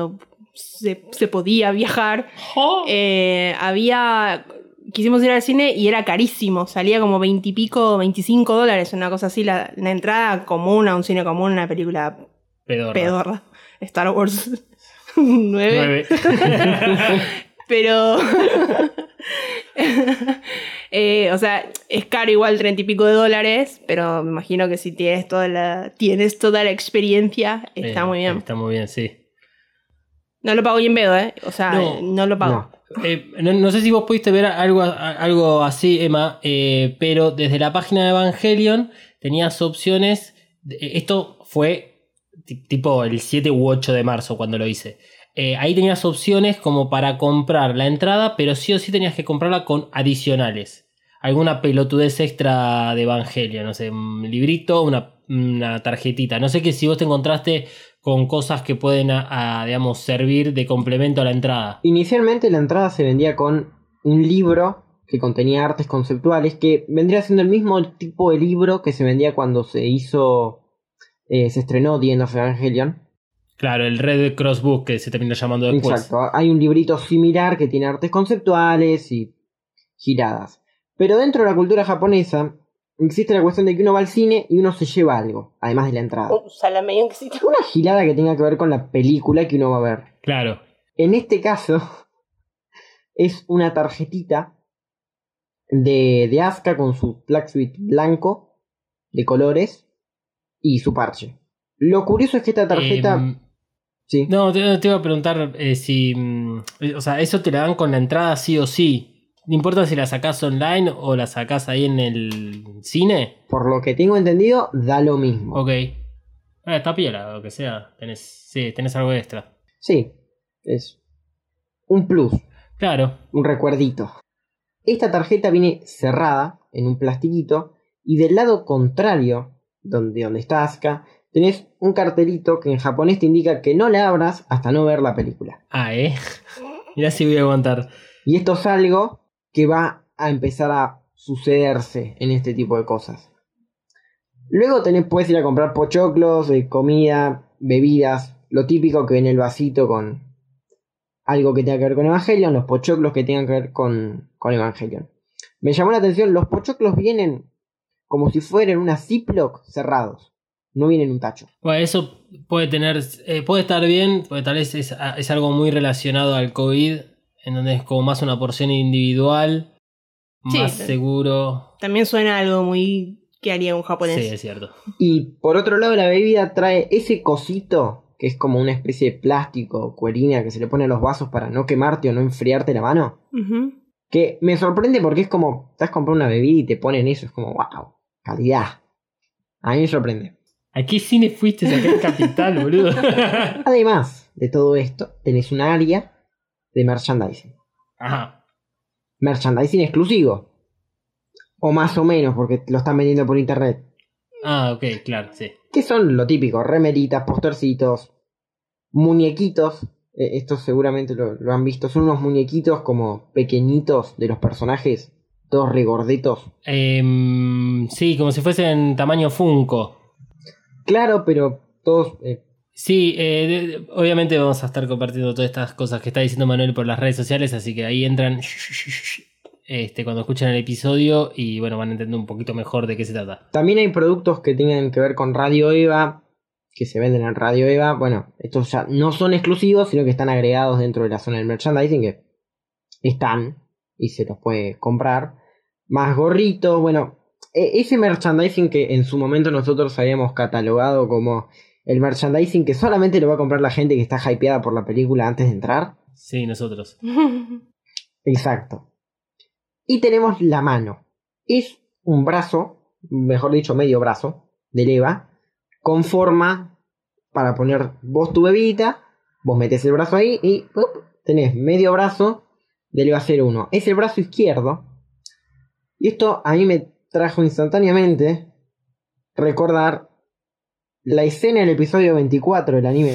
[SPEAKER 3] se, se podía viajar,
[SPEAKER 2] Oh.
[SPEAKER 3] eh, había... Quisimos ir al cine y era carísimo. Salía como veintipico, veinticinco dólares, una cosa así. La, la entrada común a un cine común, una película
[SPEAKER 2] Pedorra.
[SPEAKER 3] pedorra. Star Wars nueve.
[SPEAKER 2] Nueve.
[SPEAKER 3] Pero... eh, o sea, es caro igual treinta y pico de dólares, pero me imagino que si tienes toda la, tienes toda la experiencia, está
[SPEAKER 2] Eh,
[SPEAKER 3] muy bien.
[SPEAKER 2] Está muy bien, sí.
[SPEAKER 3] No lo pago bien pedo, ¿eh? O sea,
[SPEAKER 2] No,
[SPEAKER 3] no, lo pago.
[SPEAKER 4] no.
[SPEAKER 2] Eh, no, no sé si vos pudiste ver algo, algo así, Emma, eh, pero desde la página de Evangelion tenías opciones. de- esto fue ti- tipo el siete u ocho de marzo cuando lo hice. Eh, ahí tenías opciones como para comprar la entrada, pero sí o sí tenías que comprarla con adicionales. Alguna pelotudez extra de Evangelion, no sé, un librito, una, una tarjetita. No sé que si vos te encontraste con cosas que pueden, a- a, digamos, servir de complemento a la entrada.
[SPEAKER 4] Inicialmente la entrada se vendía con un libro que contenía artes conceptuales, que vendría siendo el mismo tipo de libro que se vendía cuando se hizo, eh, se estrenó The End of Evangelion.
[SPEAKER 2] Claro, el Red Cross Book que se terminó llamando después.
[SPEAKER 4] Exacto, hay un librito similar que tiene artes conceptuales y giradas. Pero dentro de la cultura japonesa existe la cuestión de que uno va al cine y uno se lleva algo, además de la entrada.
[SPEAKER 3] Un salame que sí.
[SPEAKER 4] Una girada que tenga que ver con la película que uno va a ver.
[SPEAKER 2] Claro.
[SPEAKER 4] En este caso, es una tarjetita de, de Asuka con su black suite blanco de colores y su parche. Lo curioso es que esta tarjeta...
[SPEAKER 2] Em,
[SPEAKER 4] sí.
[SPEAKER 2] no, te, te iba a preguntar eh, si... mm, O sea, eso te la dan con la entrada sí o sí. No importa si la sacás online o la sacás ahí en el cine.
[SPEAKER 4] Por lo que tengo entendido, da lo mismo.
[SPEAKER 2] Ok. Ah, está piola, lo que sea. Tenés, sí, tenés algo extra.
[SPEAKER 4] Sí, es un plus,
[SPEAKER 2] Claro.
[SPEAKER 4] un recuerdito. Esta tarjeta viene cerrada en un plastiquito y del lado contrario, donde, donde está Asuka, tenés un cartelito que en japonés te indica que no la abras hasta no ver la película.
[SPEAKER 2] Ah, ¿eh? Mirá si voy a aguantar.
[SPEAKER 4] Y esto es algo que va a empezar a sucederse en este tipo de cosas. Luego tenés, puedes ir a comprar pochoclos, eh, comida, bebidas, lo típico que viene el vasito con algo que tenga que ver con Evangelion, los pochoclos que tengan que ver con, con Evangelion. Me llamó la atención, los pochoclos vienen como si fueran una Ziploc cerrados, no vienen en un tacho.
[SPEAKER 2] Bueno, eso puede tener... eh, puede estar bien, porque tal vez es, es algo muy relacionado al COVID, en donde es como más una porción individual,
[SPEAKER 3] Sí,
[SPEAKER 2] más
[SPEAKER 3] sí.
[SPEAKER 2] seguro.
[SPEAKER 3] También suena algo muy que haría un japonés.
[SPEAKER 2] Sí, es cierto.
[SPEAKER 4] Y por otro lado la bebida trae ese cosito que es como una especie de plástico, cuerina que se le pone a los vasos para no quemarte o no enfriarte la mano.
[SPEAKER 3] Ujú.
[SPEAKER 4] Que me sorprende porque es como, estás comprando una bebida y te ponen eso, es como, wow, calidad. A mí me sorprende.
[SPEAKER 2] ¿A qué cine fuiste acá en Capital, boludo?
[SPEAKER 4] Además de todo esto, tenés un área de merchandising.
[SPEAKER 2] Ajá.
[SPEAKER 4] Merchandising exclusivo. O más o menos, porque lo están vendiendo por internet.
[SPEAKER 2] Ah, ok, claro, sí.
[SPEAKER 4] Que son lo típico, remeritas, postercitos, muñequitos. Eh, estos seguramente lo, lo han visto. Son unos muñequitos como pequeñitos de los personajes, todos regordetos.
[SPEAKER 2] Em, sí, como si fuesen tamaño Funko.
[SPEAKER 4] Claro, pero todos... eh,
[SPEAKER 2] Sí, eh, de- de- obviamente vamos a estar compartiendo todas estas cosas que está diciendo Manuel por las redes sociales, así que ahí entran este, cuando escuchan el episodio y bueno, van a entender un poquito mejor de qué se trata.
[SPEAKER 4] También hay productos que tengan que ver con Radio Eva, que se venden en Radio Eva. Bueno, estos ya no son exclusivos, sino que están agregados dentro de la zona del merchandising, que están y se los puede comprar. Más gorritos, bueno, e- ese merchandising que en su momento nosotros habíamos catalogado como el merchandising que solamente lo va a comprar la gente que está hypeada por la película antes de entrar.
[SPEAKER 2] Sí, nosotros.
[SPEAKER 4] Exacto. Y tenemos la mano. Es un brazo, mejor dicho, medio brazo, de Eva, con forma para poner vos tu bebida, vos metés el brazo ahí y ¡up! Tenés medio brazo del Eva cero uno. Es el brazo izquierdo. Y esto a mí me trajo instantáneamente recordar la escena del episodio veinticuatro del anime.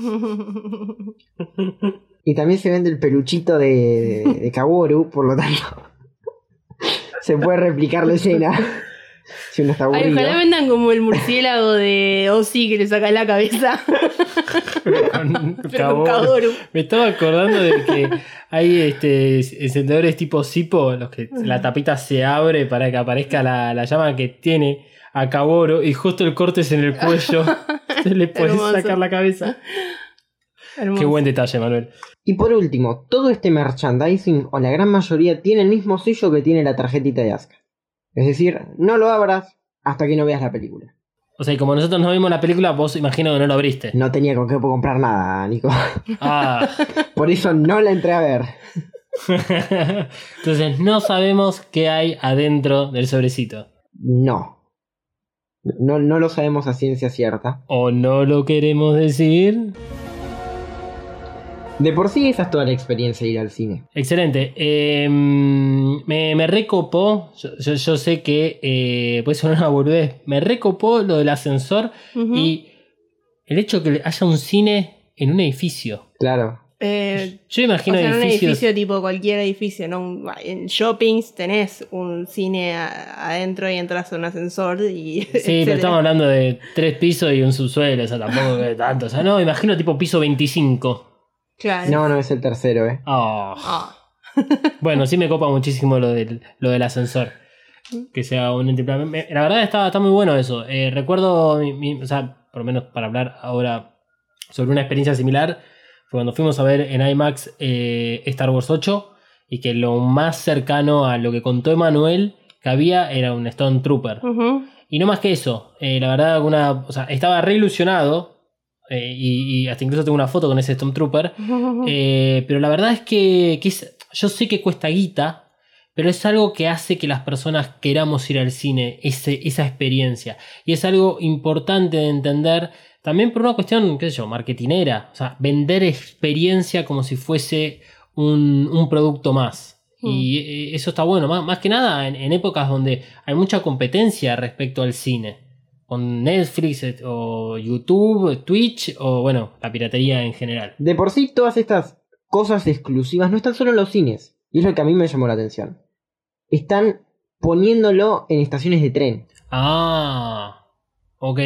[SPEAKER 4] Y también se vende el peluchito de, de, de Kaworu, por lo tanto se puede replicar la escena. Si uno está
[SPEAKER 3] Ay,
[SPEAKER 4] aburrido.
[SPEAKER 3] ojalá vendan como el murciélago de Ozzy que le saca la cabeza.
[SPEAKER 2] Con
[SPEAKER 3] Pero con Kaworu.
[SPEAKER 2] Me estaba acordando de que hay este, encendedores tipo Zippo, los que la tapita se abre para que aparezca la, la llama que tiene a Kaworu y justo el corte es en el cuello. Se le puede
[SPEAKER 3] Hermoso.
[SPEAKER 2] sacar la cabeza.
[SPEAKER 3] Hermoso.
[SPEAKER 2] Qué buen detalle, Manuel.
[SPEAKER 4] Y por último, todo este merchandising, o la gran mayoría, tiene el mismo sello que tiene la tarjetita de Asuka. Es decir, no lo abras hasta que no veas la película.
[SPEAKER 2] O sea, y como nosotros no vimos la película, vos imagino que no lo abriste.
[SPEAKER 4] No tenía con qué comprar nada, Nico.
[SPEAKER 2] Ah.
[SPEAKER 4] Por eso no la entré a ver.
[SPEAKER 2] Entonces no sabemos qué hay adentro del sobrecito.
[SPEAKER 4] No. No, no lo sabemos a ciencia cierta.
[SPEAKER 2] ¿O no lo queremos decir?
[SPEAKER 4] De por sí esa es toda la experiencia de ir al cine.
[SPEAKER 2] Excelente. Eh, me, me recopó. Yo, yo, yo sé que eh, puede sonar una boludez. Me recopó lo del ascensor
[SPEAKER 3] Ujú.
[SPEAKER 2] y el hecho de que haya un cine en un edificio.
[SPEAKER 4] Claro.
[SPEAKER 3] Eh,
[SPEAKER 2] Yo imagino
[SPEAKER 3] o sea, en un
[SPEAKER 2] edificios.
[SPEAKER 3] edificio tipo cualquier edificio, ¿no? Un- En shoppings tenés un cine a- adentro y entras a un ascensor y.
[SPEAKER 2] Sí, pero
[SPEAKER 3] etcétera.
[SPEAKER 2] estamos hablando de tres pisos y un subsuelo. O sea, tampoco es tanto. O sea, no, imagino tipo piso veinticinco.
[SPEAKER 3] Claro.
[SPEAKER 4] No, no es el tercero, eh.
[SPEAKER 2] Oh.
[SPEAKER 3] Ah.
[SPEAKER 2] Bueno, sí me copa muchísimo lo del, lo del ascensor. Que sea un ente- me- La verdad está, está muy bueno eso. Eh, recuerdo, mi- mi- o sea, por lo menos para hablar ahora sobre una experiencia similar, fue cuando fuimos a ver en IMAX eh, Star Wars ocho y que lo más cercano a lo que contó Emanuel que había era un Stormtrooper.
[SPEAKER 3] Ujú.
[SPEAKER 2] Y no más que eso, eh, la verdad, una, o sea, estaba re ilusionado eh, y, y hasta incluso tengo una foto con ese Stormtrooper. Eh, pero la verdad es que, que es- yo sé que cuesta guita, pero es algo que hace que las personas queramos ir al cine, ese, esa experiencia. Y es algo importante de entender, también por una cuestión, qué sé yo, marketinera. O sea, vender experiencia como si fuese un, un producto más. Y eh, eso está bueno, más, más que nada en, en épocas donde hay mucha competencia respecto al cine. Con Netflix eh, o YouTube, Twitch o bueno, la piratería en general.
[SPEAKER 4] De por sí, todas estas cosas exclusivas no están solo en los cines. Y es lo que a mí me llamó la atención. Están poniéndolo en estaciones de tren.
[SPEAKER 2] Ah, ok.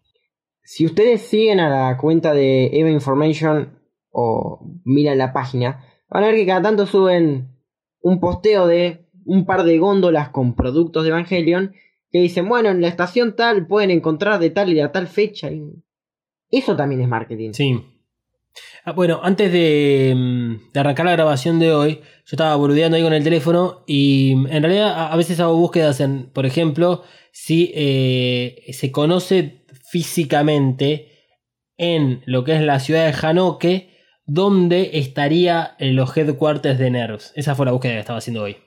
[SPEAKER 4] Si ustedes siguen a la cuenta de Eva Information o miran la página, van a ver que cada tanto suben un posteo de un par de góndolas con productos de Evangelion que dicen, bueno, en la estación tal pueden encontrar de tal y de tal fecha. Y eso también es marketing.
[SPEAKER 2] Sí. Ah, bueno, antes de, mm, de arrancar la grabación de hoy, yo estaba boludeando ahí con el teléfono y mm, en realidad a, a veces hago búsquedas en, por ejemplo, si eh, se conoce físicamente en lo que es la ciudad de Hanoke, dónde estaría eh, los headquarters de Nerves. Esa fue la búsqueda que estaba haciendo hoy.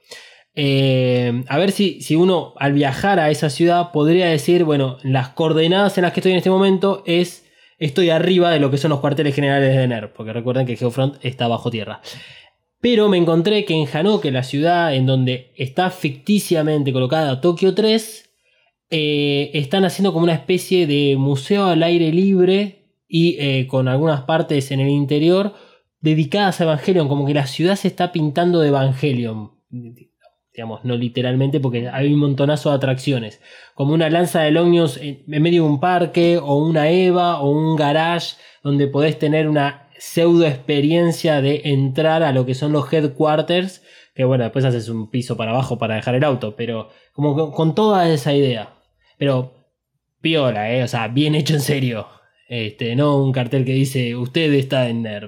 [SPEAKER 2] Eh, a ver si, si uno al viajar a esa ciudad podría decir, bueno, las coordenadas en las que estoy en este momento es... Estoy arriba de lo que son los cuarteles generales de Nerv, porque recuerden que Geofront está bajo tierra. Pero me encontré que en Hanoke, la ciudad en donde está ficticiamente colocada Tokio tres, eh, están haciendo como una especie de museo al aire libre y eh, con algunas partes en el interior dedicadas a Evangelion, como que la ciudad se está pintando de Evangelion. Digamos, no literalmente, porque hay un montonazo de atracciones. Como una lanza de Longnews en medio de un parque, o una EVA, o un garage, donde podés tener una pseudo experiencia de entrar a lo que son los headquarters, que bueno, después haces un piso para abajo para dejar el auto, pero como con, con toda esa idea. Pero piola, eh, o sea, bien hecho en serio. Este, no un cartel que dice, usted está en Nerv.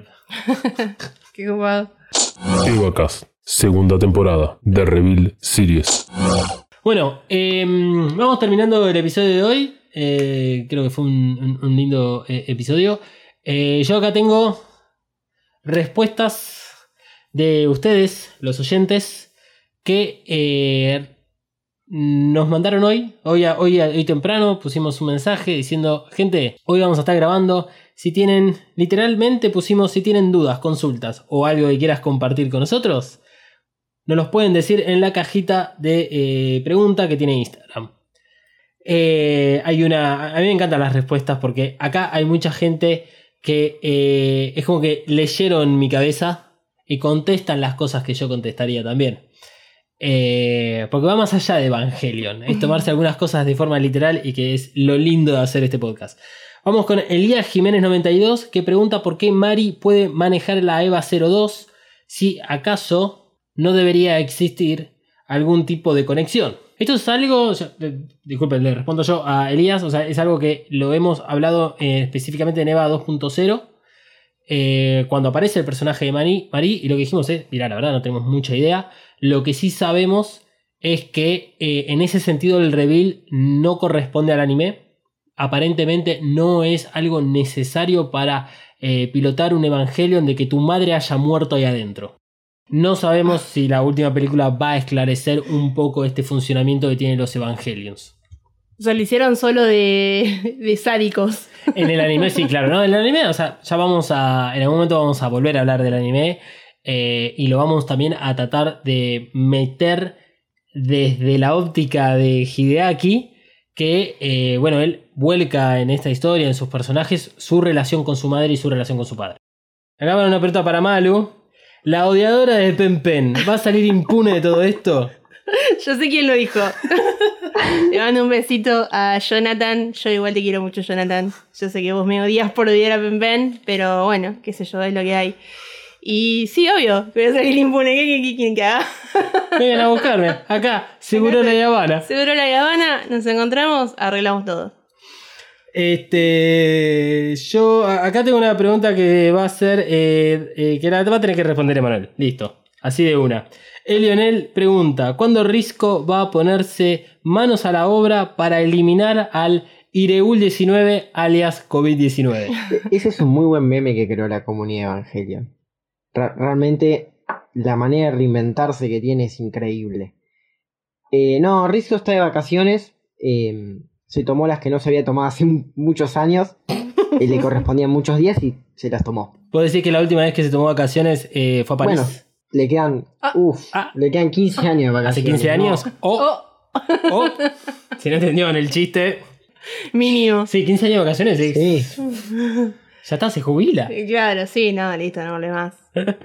[SPEAKER 3] Qué copado.
[SPEAKER 1] EvaCast, segunda temporada de Reveal Series.
[SPEAKER 2] Bueno, eh, vamos terminando el episodio de hoy. Eh, creo que fue un, un- un lindo eh, episodio. Eh, yo acá tengo respuestas de ustedes, los oyentes, que eh, nos mandaron hoy. Hoy, a- hoy, a- hoy temprano pusimos un mensaje diciendo, gente, hoy vamos a estar grabando. Si tienen, literalmente pusimos, si tienen dudas, consultas o algo que quieras compartir con nosotros, nos los pueden decir en la cajita de eh, pregunta que tiene Instagram. Eh, hay una. A mí me encantan las respuestas porque acá hay mucha gente que eh, es como que leyeron mi cabeza y contestan las cosas que yo contestaría también. Eh, porque va más allá de Evangelion. Es tomarse algunas cosas de forma literal y que es lo lindo de hacer este podcast. Vamos con Elías Jiménez noventa y dos, que pregunta por qué Mari puede manejar la EVA cero dos si acaso no debería existir algún tipo de conexión. Esto es algo, disculpen, le respondo yo a Elías, o sea, es algo que lo hemos hablado eh, específicamente en EVA dos punto cero, eh, cuando aparece el personaje de Mari, Mari, y lo que dijimos es, mirá, la verdad no tenemos mucha idea. Lo que sí sabemos es que eh, en ese sentido el reveal no corresponde al anime. Aparentemente no es algo necesario para eh, pilotar un Evangelion de que tu madre haya muerto ahí adentro. No sabemos si la última película va a esclarecer un poco este funcionamiento que tienen los Evangelions.
[SPEAKER 3] O sea, lo hicieron solo de, de sádicos.
[SPEAKER 2] En el anime sí, claro, ¿no? En el anime, o sea, ya vamos a... En algún momento vamos a volver a hablar del anime eh, y lo vamos también a tratar de meter desde la óptica de Hideaki, que, eh, bueno, él vuelca en esta historia, en sus personajes, su relación con su madre y su relación con su padre. Acá va una pregunta para Malu. La odiadora de Pen Pen, ¿va a salir impune de todo esto?
[SPEAKER 3] Yo sé quién lo dijo. Le mando un besito a Jonathan. Yo igual te quiero mucho, Jonathan. Yo sé que vos me odias por odiar a Pen Pen, pero bueno, qué sé yo, es lo que hay. Y sí, obvio, que voy a salir impune. ¿Qué, qué, qué quieren que haga?
[SPEAKER 2] Vengan a buscarme. Acá, seguro la Habana.
[SPEAKER 3] Seguro la Habana, nos encontramos, arreglamos todo.
[SPEAKER 2] Este, yo acá tengo una pregunta que va a ser eh, eh, que la va a tener que responder Emanuel. Listo, así de una. Elionel pregunta: ¿cuándo Risco va a ponerse manos a la obra para eliminar al Ireul diecinueve alias COVID diecinueve?
[SPEAKER 4] Ese es un muy buen meme que creó la comunidad Evangelion. Ra- realmente la manera de reinventarse que tiene es increíble. Eh, no, Risco está de vacaciones. Eh, se tomó las que no se había tomado hace muchos años. Y le correspondían muchos días y se las tomó.
[SPEAKER 2] ¿Puedo decir que la última vez que se tomó vacaciones eh, fue a París?
[SPEAKER 4] Bueno, le quedan,
[SPEAKER 3] Ah,
[SPEAKER 4] uf,
[SPEAKER 2] ah,
[SPEAKER 4] le quedan quince años de vacaciones.
[SPEAKER 2] ¿Hace quince años?
[SPEAKER 4] ¿no?
[SPEAKER 2] O,
[SPEAKER 3] Oh,
[SPEAKER 2] o, si no entendieron el chiste.
[SPEAKER 3] mínimo.
[SPEAKER 2] Sí, quince años de vacaciones. Sí.
[SPEAKER 4] Sí.
[SPEAKER 2] Ya está, se jubila.
[SPEAKER 3] Claro, sí, no, listo, no volvés más.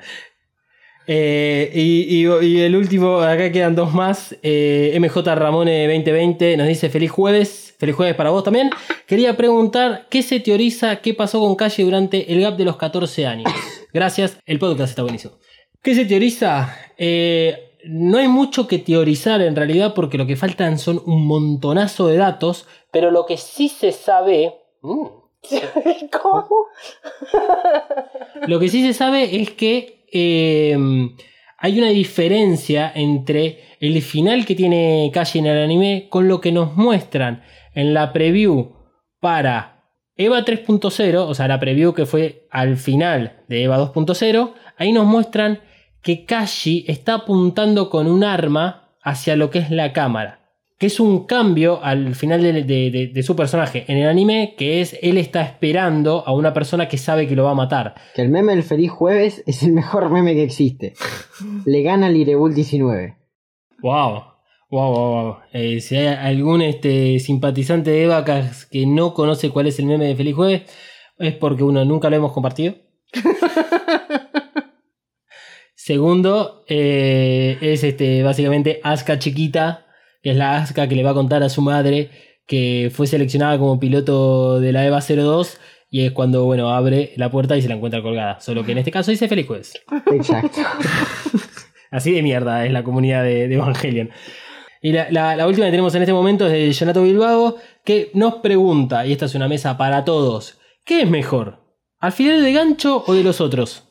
[SPEAKER 2] Eh, y, y, y el último, acá quedan dos más. eh, M J Ramone veinte veinte nos dice feliz jueves. Feliz jueves para vos también. Quería preguntar qué se teoriza, qué pasó con Calle durante el gap de los catorce años. Gracias, el podcast está buenísimo. ¿Qué se teoriza? Eh, no hay mucho que teorizar en realidad, porque lo que faltan son un montonazo de datos, pero lo que sí se sabe... Mm,
[SPEAKER 3] ¿Cómo?
[SPEAKER 2] Lo que sí se sabe es que eh, hay una diferencia entre el final que tiene Kashi en el anime con lo que nos muestran en la preview para EVA tres punto cero, o sea, la preview que fue al final de EVA dos punto cero. Ahí nos muestran que Kashi está apuntando con un arma hacia lo que es la cámara, que es un cambio al final de, de, de, de su personaje en el anime, que es él está esperando a una persona que sabe que lo va a matar.
[SPEAKER 4] Que el meme del feliz jueves es el mejor meme que existe. Le gana al Ireul diecinueve.
[SPEAKER 2] Wow, wow, wow, wow. Eh, si hay algún este, simpatizante de Eva que no conoce cuál es el meme de Feliz Jueves, es porque uno, nunca lo hemos compartido. Segundo, eh, es este, básicamente Asuka chiquita, que es la Asuka que le va a contar a su madre que fue seleccionada como piloto de la EVA cero dos, y es cuando, bueno, abre la puerta y se la encuentra colgada. Solo que en este caso dice Feliz Jueves.
[SPEAKER 4] Exacto.
[SPEAKER 2] Así de mierda es la comunidad de, de Evangelion. Y la, la, la última que tenemos en este momento es de Jonato Bilbao, que nos pregunta, y esta es una mesa para todos: ¿qué es mejor? ¿Alfiler de gancho o de los otros?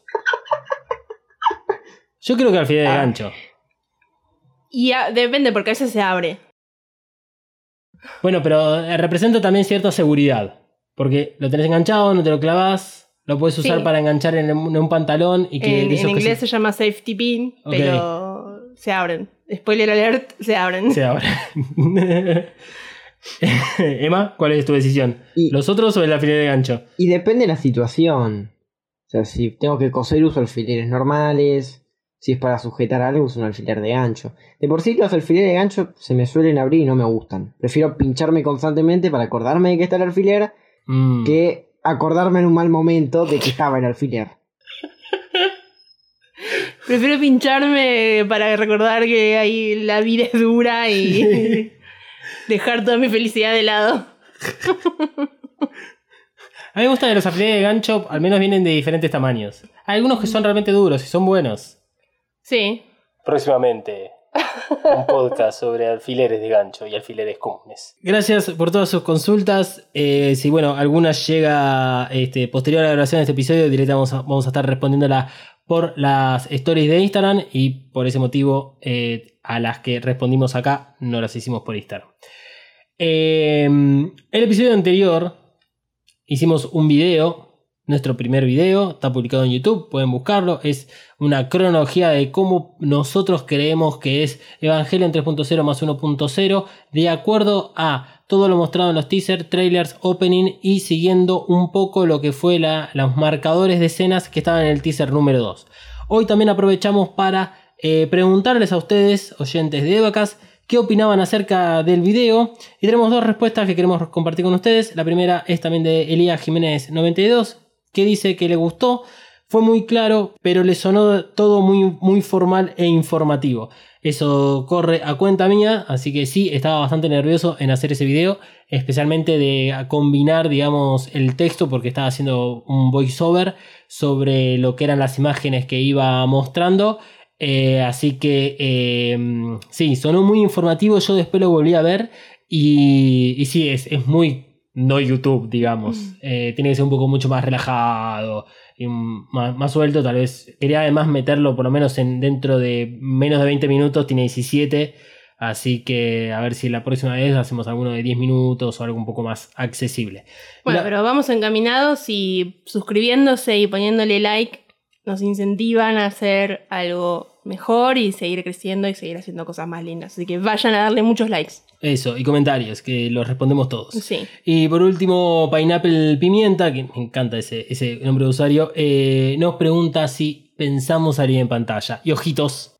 [SPEAKER 2] Yo creo que alfiler de
[SPEAKER 4] Ah.
[SPEAKER 2] gancho.
[SPEAKER 3] Y a- depende, porque a veces se abre.
[SPEAKER 2] Bueno, pero eh, representa también cierta seguridad. Porque lo tenés enganchado, no te lo clavas, lo puedes usar
[SPEAKER 3] Sí.
[SPEAKER 2] para enganchar en un, en un pantalón. Y que
[SPEAKER 3] En,
[SPEAKER 2] de esos
[SPEAKER 3] en
[SPEAKER 2] que
[SPEAKER 3] inglés
[SPEAKER 2] se-
[SPEAKER 3] se llama safety pin,
[SPEAKER 2] Ok.
[SPEAKER 3] pero se abren. Spoiler alert, se abren.
[SPEAKER 2] se abre. Emma, ¿cuál es tu decisión?
[SPEAKER 4] Y-
[SPEAKER 2] ¿Los otros o el alfiler de gancho?
[SPEAKER 4] Y depende de la situación. O sea, si tengo que coser uso alfileres normales. Si es para sujetar algo uso un alfiler de gancho. De por sí los alfileres de gancho se me suelen abrir y no me gustan. Prefiero pincharme constantemente para acordarme de que está el alfiler
[SPEAKER 2] Mm.
[SPEAKER 4] que acordarme en un mal momento de que estaba el alfiler.
[SPEAKER 3] Prefiero pincharme para recordar que ahí la vida es dura y sí. Dejar toda mi felicidad de lado.
[SPEAKER 2] A mí me gusta que los alfileres de gancho al menos vienen de diferentes tamaños. Hay algunos que son realmente duros y son buenos.
[SPEAKER 3] Sí.
[SPEAKER 2] Próximamente, un podcast sobre alfileres de gancho y alfileres comunes. Gracias por todas sus consultas. Eh, si bueno, alguna llega este, posterior a la grabación de este episodio, directamente vamos a, vamos a estar respondiéndola por las stories de Instagram y por ese motivo eh, a las que respondimos acá no las hicimos por Instagram. Eh, el episodio anterior hicimos un video. Nuestro primer video está publicado en YouTube, pueden buscarlo. Es una cronología de cómo nosotros creemos que es Evangelion tres punto cero más uno punto cero, de acuerdo a todo lo mostrado en los teasers, trailers, opening y siguiendo un poco lo que fue la, los marcadores de escenas que estaban en el teaser número dos. Hoy también aprovechamos para eh, preguntarles a ustedes, oyentes de Evacast, qué opinaban acerca del video, y tenemos dos respuestas que queremos compartir con ustedes. La primera es también de Elías Jiménez noventa y dos, que dice que le gustó, fue muy claro, pero le sonó todo muy, muy formal e informativo. Eso corre a cuenta mía, así que sí, estaba bastante nervioso en hacer ese video, especialmente de combinar, digamos, el texto, porque estaba haciendo un voiceover sobre lo que eran las imágenes que iba mostrando. Eh, así que eh, sí, sonó muy informativo, yo después lo volví a ver y, y sí, es, es muy... no YouTube, digamos. Mm. Eh, tiene que ser un poco mucho más relajado y más, más suelto, tal vez. Quería además meterlo por lo menos en dentro de menos de veinte minutos, tiene diecisiete, así que a ver si la próxima vez hacemos alguno de diez minutos o algo un poco más accesible.
[SPEAKER 3] Bueno,
[SPEAKER 2] la...
[SPEAKER 3] pero vamos encaminados y suscribiéndose y poniéndole like nos incentivan a hacer algo mejor y seguir creciendo y seguir haciendo cosas más lindas. Así que vayan a darle muchos likes.
[SPEAKER 2] Eso, y comentarios, que los respondemos todos.
[SPEAKER 3] Sí.
[SPEAKER 2] Y por último, Pineapple Pimienta, que me encanta ese, ese nombre de usuario, eh, nos pregunta si pensamos salir en pantalla. Y ojitos.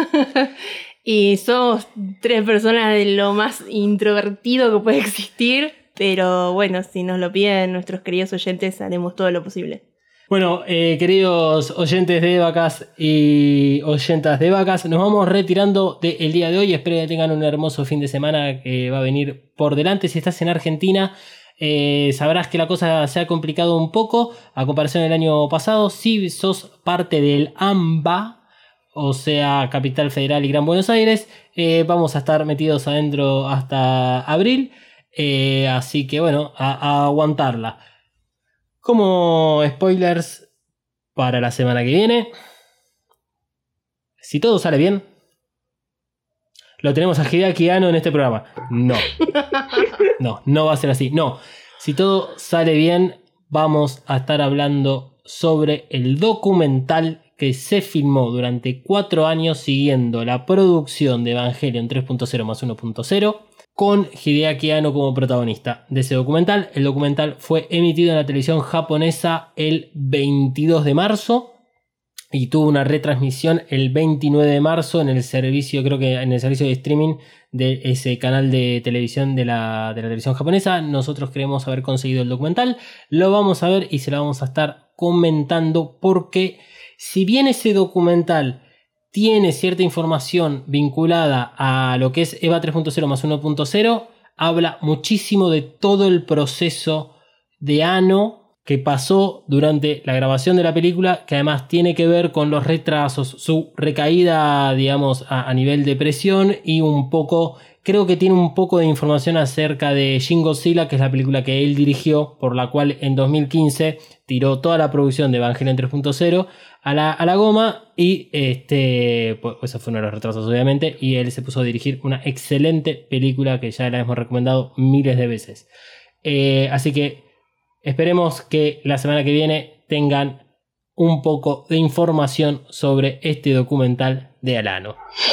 [SPEAKER 3] Y somos tres personas de lo más introvertido que puede existir, pero bueno, si nos lo piden nuestros queridos oyentes, haremos todo lo posible.
[SPEAKER 2] Bueno, eh, queridos oyentes de Evacast y oyentas de Evacast, nos vamos retirando del día de hoy. Espero que tengan un hermoso fin de semana que va a venir por delante. Si estás en Argentina, eh, sabrás que la cosa se ha complicado un poco a comparación del año pasado. Si sos parte del A M B A, o sea, Capital Federal y Gran Buenos Aires, eh, vamos a estar metidos adentro hasta abril. Eh, así que bueno, a, a aguantarla. Como spoilers para la semana que viene, si todo sale bien, lo tenemos a Hideaki Anno en este programa. No, no, no va a ser así. No, si todo sale bien, vamos a estar hablando sobre el documental que se filmó durante cuatro años siguiendo la producción de Evangelion tres punto cero más uno punto cero. Con Hideaki Anno como protagonista de ese documental. El documental fue emitido en la televisión japonesa el veintidós de marzo y tuvo una retransmisión el veintinueve de marzo en el servicio, creo que en el servicio de streaming de ese canal de televisión de la, de la televisión japonesa. Nosotros creemos haber conseguido el documental, lo vamos a ver y se lo vamos a estar comentando, porque si bien ese documental tiene cierta información vinculada a lo que es Eva tres punto cero más uno punto cero, habla muchísimo de todo el proceso de Anno que pasó durante la grabación de la película, que además tiene que ver con los retrasos, su recaída, digamos, a, a nivel de presión, y un poco, creo que tiene un poco de información acerca de Shin Godzilla, que es la película que él dirigió, por la cual en dos mil quince tiró toda la producción de Evangelion tres punto cero a la, a la goma, y este, pues eso fue uno de los retrasos obviamente, y él se puso a dirigir una excelente película que ya la hemos recomendado miles de veces. Eh, así que esperemos que la semana que viene tengan un poco de información sobre este documental de Alano.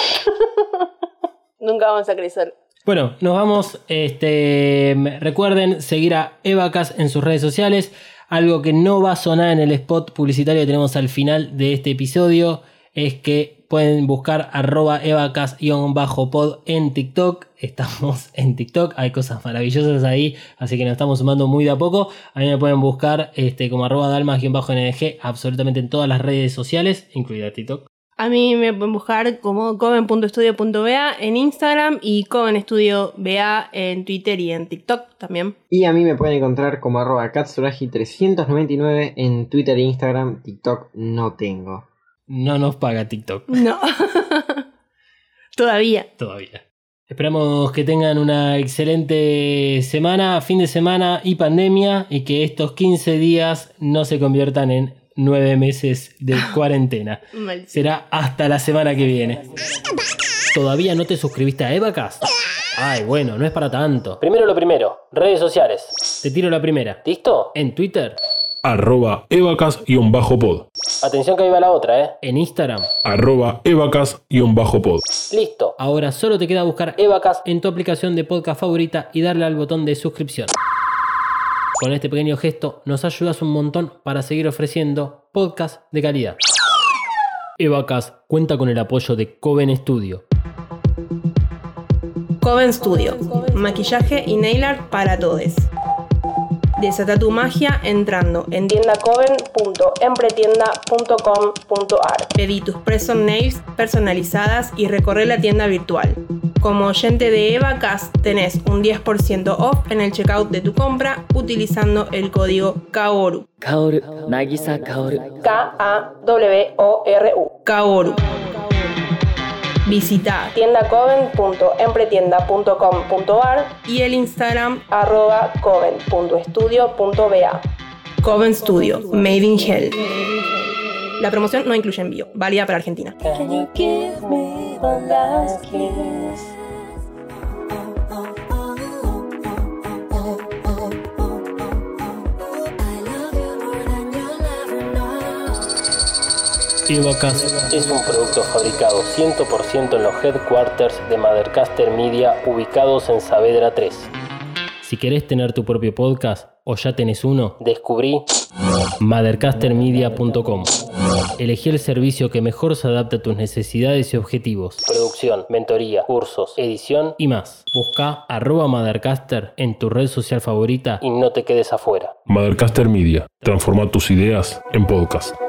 [SPEAKER 3] Nunca vamos a crecer.
[SPEAKER 2] Bueno, nos vamos. Este, recuerden seguir a Evacast en sus redes sociales. Algo que no va a sonar en el spot publicitario que tenemos al final de este episodio es que pueden buscar arroba evacast-pod en TikTok. Estamos en TikTok, hay cosas maravillosas ahí, así que nos estamos sumando muy de a poco. A mí me pueden buscar este, como arroba dalmas-ndg absolutamente en todas las redes sociales, incluida TikTok.
[SPEAKER 3] A mí me pueden buscar como coven punto estudio punto b a en Instagram y Coven Studio B A en Twitter y en TikTok también.
[SPEAKER 4] Y a mí me pueden encontrar como arroba katsuragi trescientos noventa y nueve en Twitter e Instagram. TikTok no tengo.
[SPEAKER 2] No nos paga TikTok.
[SPEAKER 3] No. Todavía.
[SPEAKER 2] Todavía. Esperamos que tengan una excelente semana, fin de semana y pandemia, y que estos quince días no se conviertan en nueve meses de cuarentena.
[SPEAKER 3] Malísimo.
[SPEAKER 2] Será hasta la semana que viene. ¿Todavía no te suscribiste a Evacast? Ay, bueno, no es para tanto. Primero lo primero, redes sociales. Te tiro la primera. ¿Listo? En Twitter.
[SPEAKER 1] Arroba evacas-pod.
[SPEAKER 2] Atención que ahí va la otra, ¿eh? En Instagram.
[SPEAKER 1] Arroba evacas-pod.
[SPEAKER 2] Listo. Ahora solo te queda buscar Evacast en tu aplicación de podcast favorita y darle al botón de suscripción. Con este pequeño gesto nos ayudas un montón para seguir ofreciendo podcasts de calidad. Evacast cuenta con el apoyo de Coven Studio.
[SPEAKER 3] Coven Studio. Maquillaje y nail art para todos. Desata tu magia entrando en tienda coven punto empretienda punto com punto ar. Pedí tus press-on nails personalizadas y recorre la tienda virtual. Como oyente de Evacast tenés un diez por ciento off en el checkout de tu compra utilizando el código KAORU.
[SPEAKER 6] Kaoru, Nagisa Kaoru.
[SPEAKER 3] K A W O R U. KAORU. Visita tienda coven punto empretienda punto com punto ar y el Instagram arroba coven punto estudio punto b a. Coven Studio, Made in Hell. La promoción no incluye envío, válida para Argentina.
[SPEAKER 5] Can you give me one last kiss?
[SPEAKER 2] Evacast es un producto fabricado cien por ciento en los headquarters de Mothercaster Media ubicados en Saavedra tres. Si querés tener tu propio podcast o ya tenés uno, descubrí mothercaster media punto com. Elegí el servicio que mejor se adapta a tus necesidades y objetivos. Producción, mentoría, cursos, edición y más. Busca arroba Mothercaster en tu red social favorita y no te quedes afuera.
[SPEAKER 1] Mothercaster Media. Transforma tus ideas en podcast.